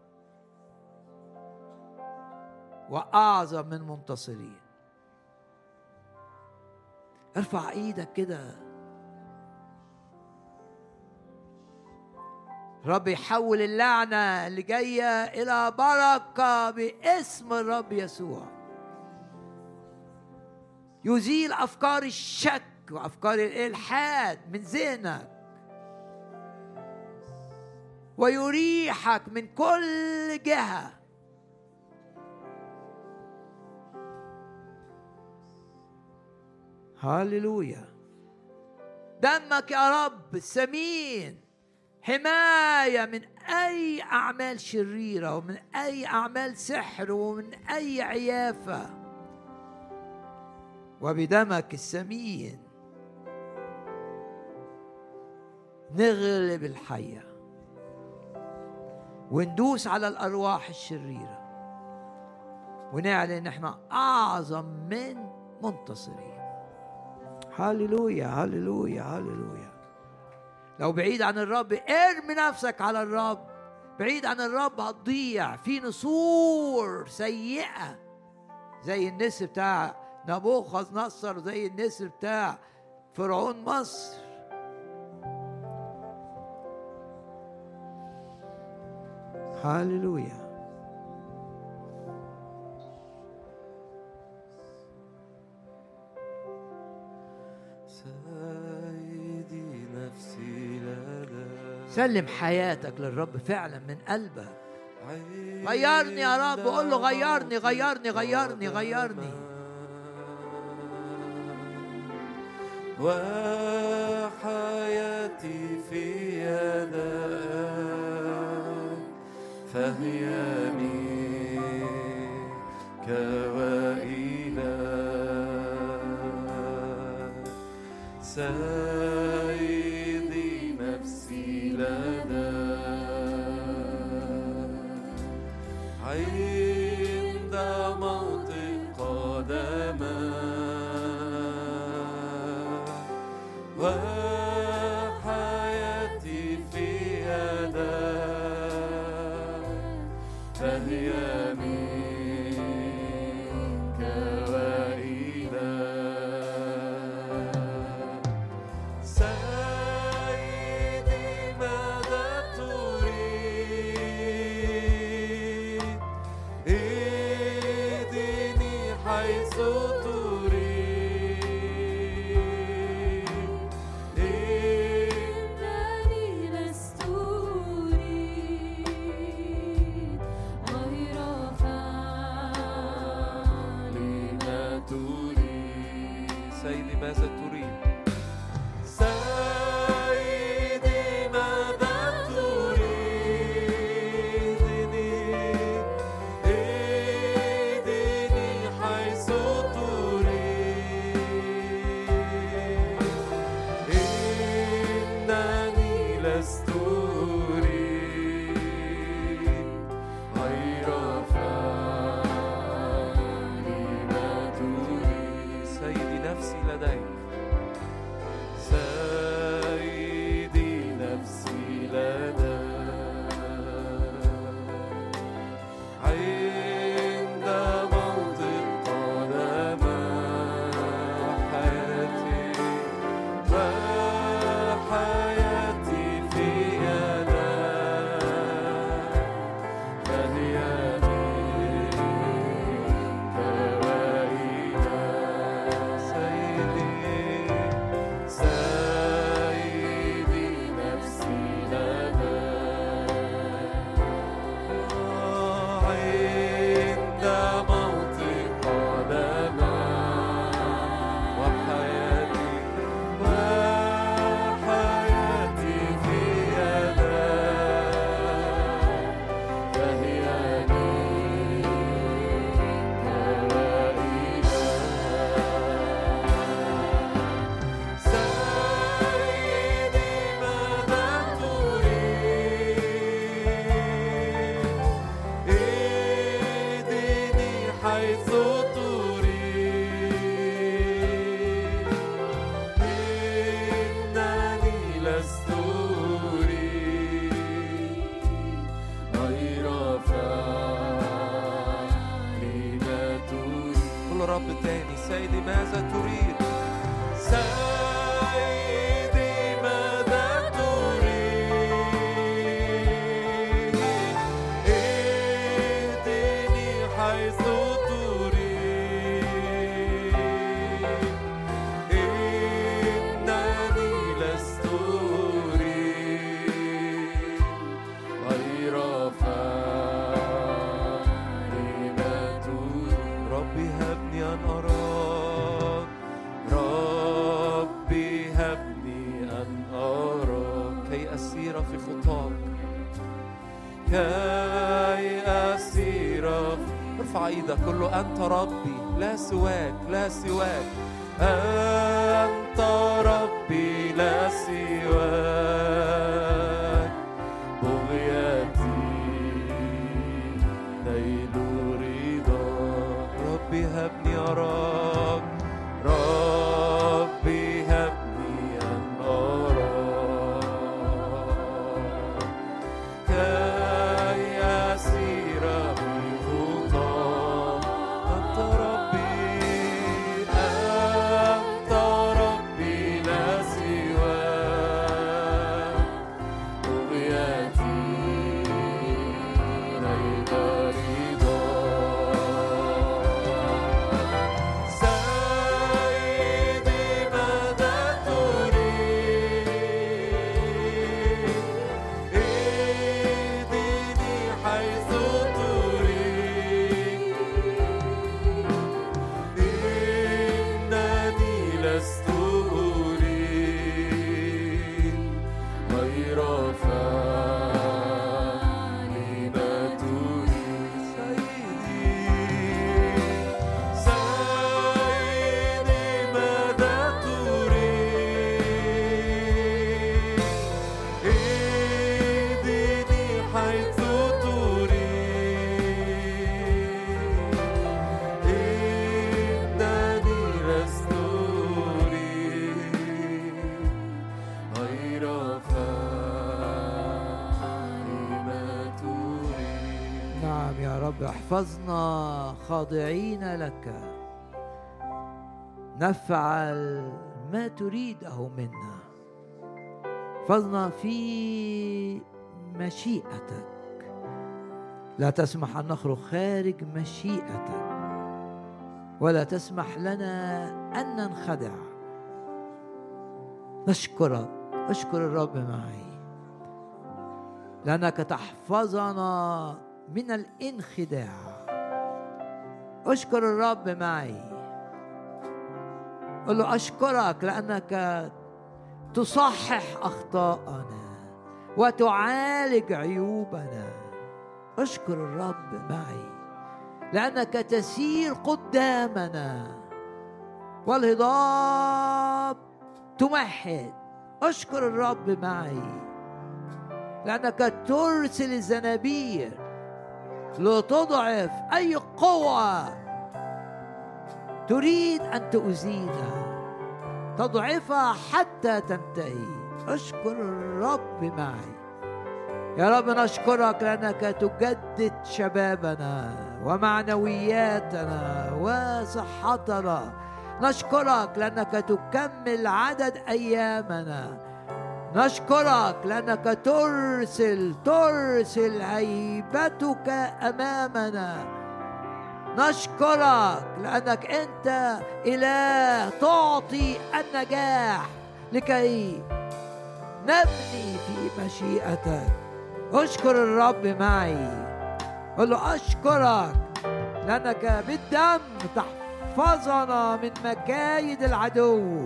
وأعظم من منتصرين. ارفع ايدك كده. رب يحول اللعنة اللي جاية إلى بركة باسم الرب يسوع. يزيل أفكار الشك وأفكار الإلحاد من ذهنك ويريحك من كل جهة. هاليلويا. دمك يا رب الثمين حماية من أي أعمال شريرة ومن أي أعمال سحر ومن أي عيافة، وبدمك الثمين نغلب الحية وندوس على الأرواح الشريرة ونعلن ان احنا اعظم من منتصرين. هللويا هللويا هللويا. لو بعيد عن الرب ارمي نفسك على الرب. بعيد عن الرب هتضيع في نسور سيئة زي النسر بتاع نبوخذ نصر وزي النسر بتاع فرعون مصر. هاليلويا. سلم حياتك للرب فعلا من قلبك. غيرني يا رب، قول له غيرني غيرني غيرني غيرني. وحياتي في يدك فهي منك وإليك. سيدي نفسي لديك عند موطئ قدمك. وحياتي في يدك فهي منك وإليك. سيدي ماذا تريد؟ اهدني حيث ماذا تريد؟ سيدي ماذا تريدني؟ اهدني حيث تريد. إنني لست أريد غير فعل ما تريد. سيدي نفسي لديك. سيدي نفسي لديك عند موطئ قدمك. وحياتي في يدك فهي منك وإليك. سيدي نفسي لديك عند موطئ قدمك. وحياتي في يدك فهي منك وإليك. سيدي ماذا تريد؟ اهدني حيث تريد. إنني لست أريد غير فعل ما تريد. قل رب تاني. سيدي ماذا تريد؟ سيدي ماذا تريد؟ اهدني حيث تريد. إنني لست أريد غير فعل ما تريد. ربي هبني أن أراك. ربي هبني أن أراك كي أسير في خطاك. كي أسير. ارفع ايدك قل له أنت ربي لا سواك لا سواك. أنت ربي لا سواك. بغيتي نيل رضاك. احفظنا خاضعين لك، نفعل ما تريده منا، احفظنا في مشيئتك، لا تسمح أن نخرج خارج مشيئتك، ولا تسمح لنا أن ننخدع. نشكرك، اشكر الرب معي لأنك تحفظنا من الانخداع. اشكر الرب معي، قل له أشكرك لأنك تصحح أخطاءنا وتعالج عيوبنا. اشكر الرب معي لأنك تسير قدامنا والهضاب تمهد. اشكر الرب معي لأنك ترسل الزنابير لتضعف أي قوة تريد أن تؤذينا، تضعفها حتى تنتهي. أشكر الرب معي يا رب. نشكرك لأنك تجدد شبابنا ومعنوياتنا وصحتنا. نشكرك لأنك تكمل عدد أيامنا. نشكرك لأنك ترسل هيبتك أمامنا. نشكرك لأنك أنت إله تعطي النجاح لكي نبني في مشيئتك. أشكر الرب معي، قل له أشكرك لأنك بالدم تحفظنا من مكايد العدو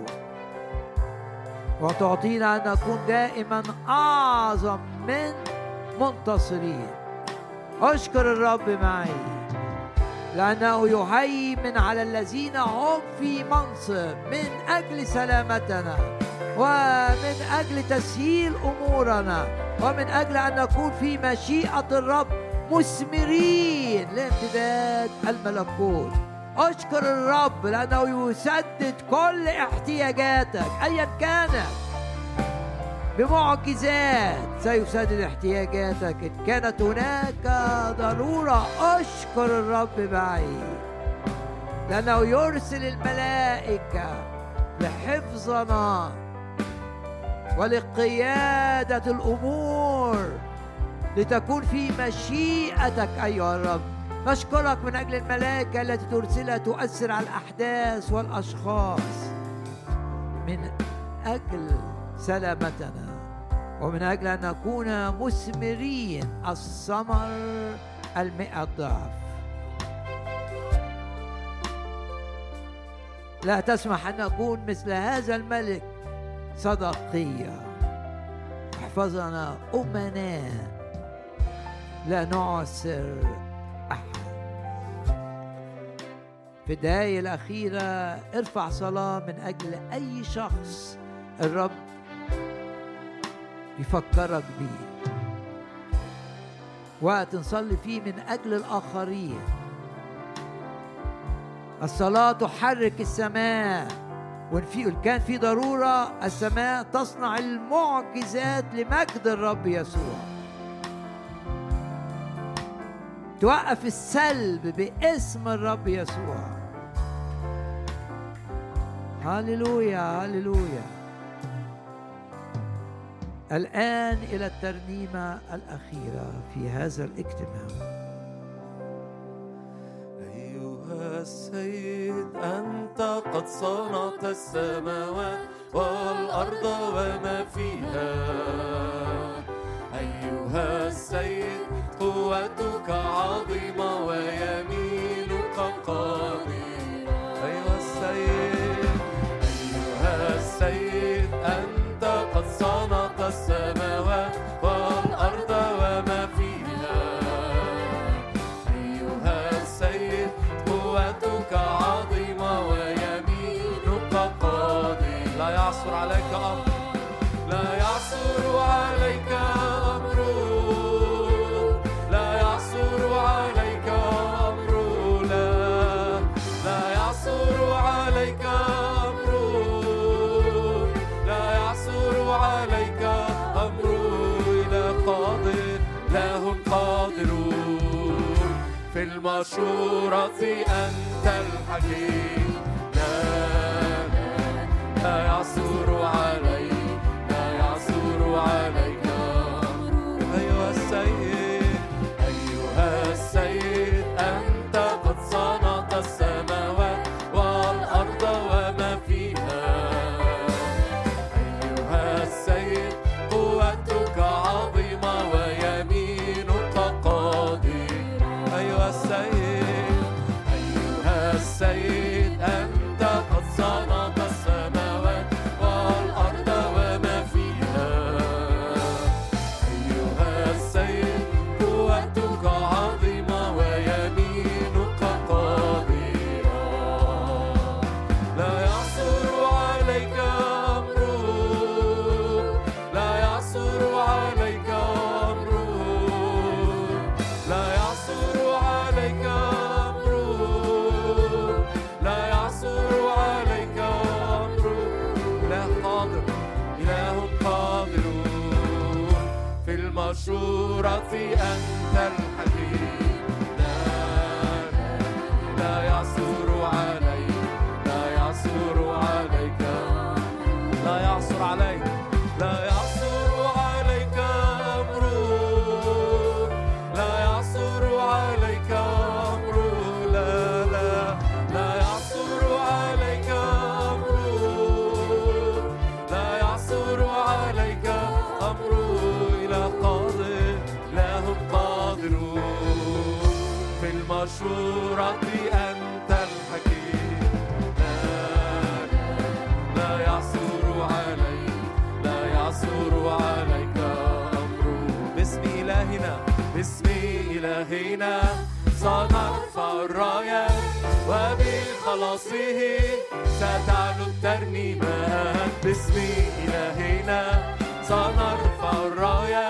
وتعطينا أن نكون دائما أعظم من منتصرين. أشكر الرب معي لأنه يهيمن على الذين هم في منصب من أجل سلامتنا ومن أجل تسهيل أمورنا ومن أجل أن نكون في مشيئة الرب مثمرين لامتداد الملكوت. أشكر الرب لأنه يسدد كل احتياجاتك أيا كانت بمعجزات. سيسدد احتياجاتك إن كانت هناك ضرورة. أشكر الرب معي لأنه يرسل الملائكة لحفظنا ولقيادة الأمور لتكون في مشيئتك أيها الرب. نشكرك من أجل الملائكة التي ترسلها تؤثر على الأحداث والأشخاص من أجل سلامتنا ومن أجل أن نكون مثمرين الثمر 100 ضعف. لا تسمح أن نكون مثل هذا الملك صدقية. احفظنا أمناء لا نعسر أحد. في الدقايق الأخيرة ارفع صلاة من أجل أي شخص الرب يفكرك بيه، وقت نصلي فيه من أجل الآخرين. الصلاة تحرك السماء، وإن كان في ضرورة السماء تصنع المعجزات لمجد الرب يسوع. توقف السلب باسم الرب يسوع. هاليلويا هاليلويا. الآن إلى الترنيمة الأخيرة في هذا الاجتماع. أيها السيد أنت قد صنعت السماوات والأرض وما فيها. أيها السيد قوتك عظيمة ويمينك قدير. أيها السيد أنت قد صنعت السماوات المشورة أنت الحكيم. لا يعثر عليك، لا يعثر عليك. أيها السيد، أيها السيد، أنت قد صنعت السماوات والأرض وما فيها. أيها السيد، قوتك عظيمة ويمينك قادرة. أيها السيد، أيها السيد، أنت قد صنعت السماوات والأرض وما فيها. أيها السيد، قوتك عظيمة ويمينك قادرة. لا يعثر عليك أمر، لا يعثر عليك أمر، لا يعثر عليك أمر، لا يعثر عليك أمر. إله قادر، إله قادر، في المشورة أنت الحكيم. لا يعثر عليك، لا يعثر عليك، لا يعثر عليك، لا يعثر عليك أمر، لا يعثر عليك أمر. لا يعثر عليك أمر، لا يعثر عليك أمر. إله قادر، إله قادر، في المشورة أنت الحكيم. لا يعثر عليك، لا يعثر عليك أمر. باسم إلهنا، باسم إلهنا سنرفع الراية، وبخلاصه ستعلو الترنيمات. باسم إلهنا سنرفع الراية،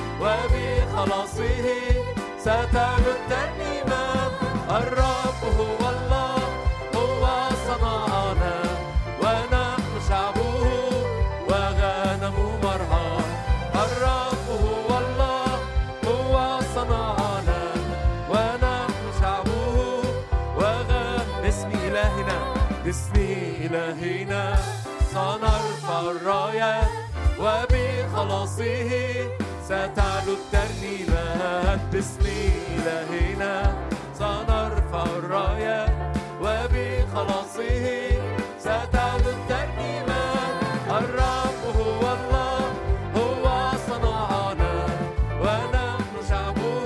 وبخلاصه ستعلو الترنيمات. الرب هو الله، هو صنعنا ونحن شعبه وغنم مرعاه. الرب هو الله، هو صنعنا ونحن شعبه وغنم. باسم إلهنا، باسم إلهنا سنرفع الراية، وبخلاصه ستعلو الترنيمات. باسم إلهنا سنرفع الراية، وبخلاصه ستعلو الترنيمات. الرب هو الله، هو صنعنا ونحن شعبه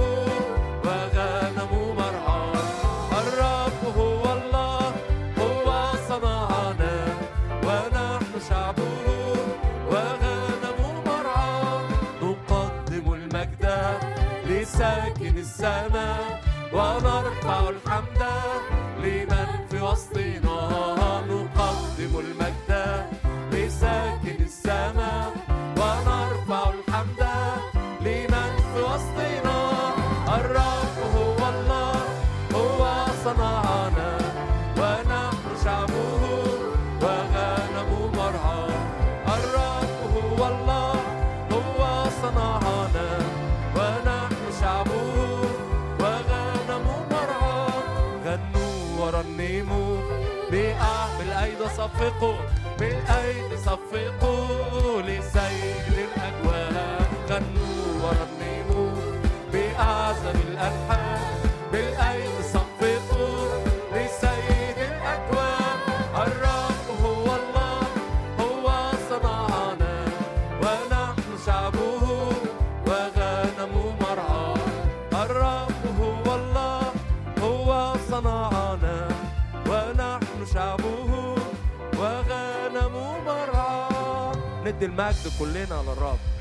وغنم مرعاه. الرب هو الله، هو صنعنا ونحن شعبه وغنم مرعاه. نقدم المجد لساكن السماء، ونرفع الحمد لمن في وسطنا. نقدم المجد لساكن السماء، ونرفع الحمد لمن في وسطنا. الرب هو الله، هو صنعنا ونحن شعبه وغنم مرعاه. الرب هو الله، هو صنعنا ونحن شعبه وغنم مرعاه. غنوا ورنموا بالأيدي صفقوا، بالأيدي صفقوا لسيد الأكوان. غنوا ورنموا بأعظم الألحان، بالأيدي صفقوا لسيد الأكوان. الرب هو الله، هو صنعنا ونحن شعبه وغنم مرعاه. الرب هو الله، هو صنعنا ونحن شعبه وغنم مرعاه. ندي المجد كلنا للرب.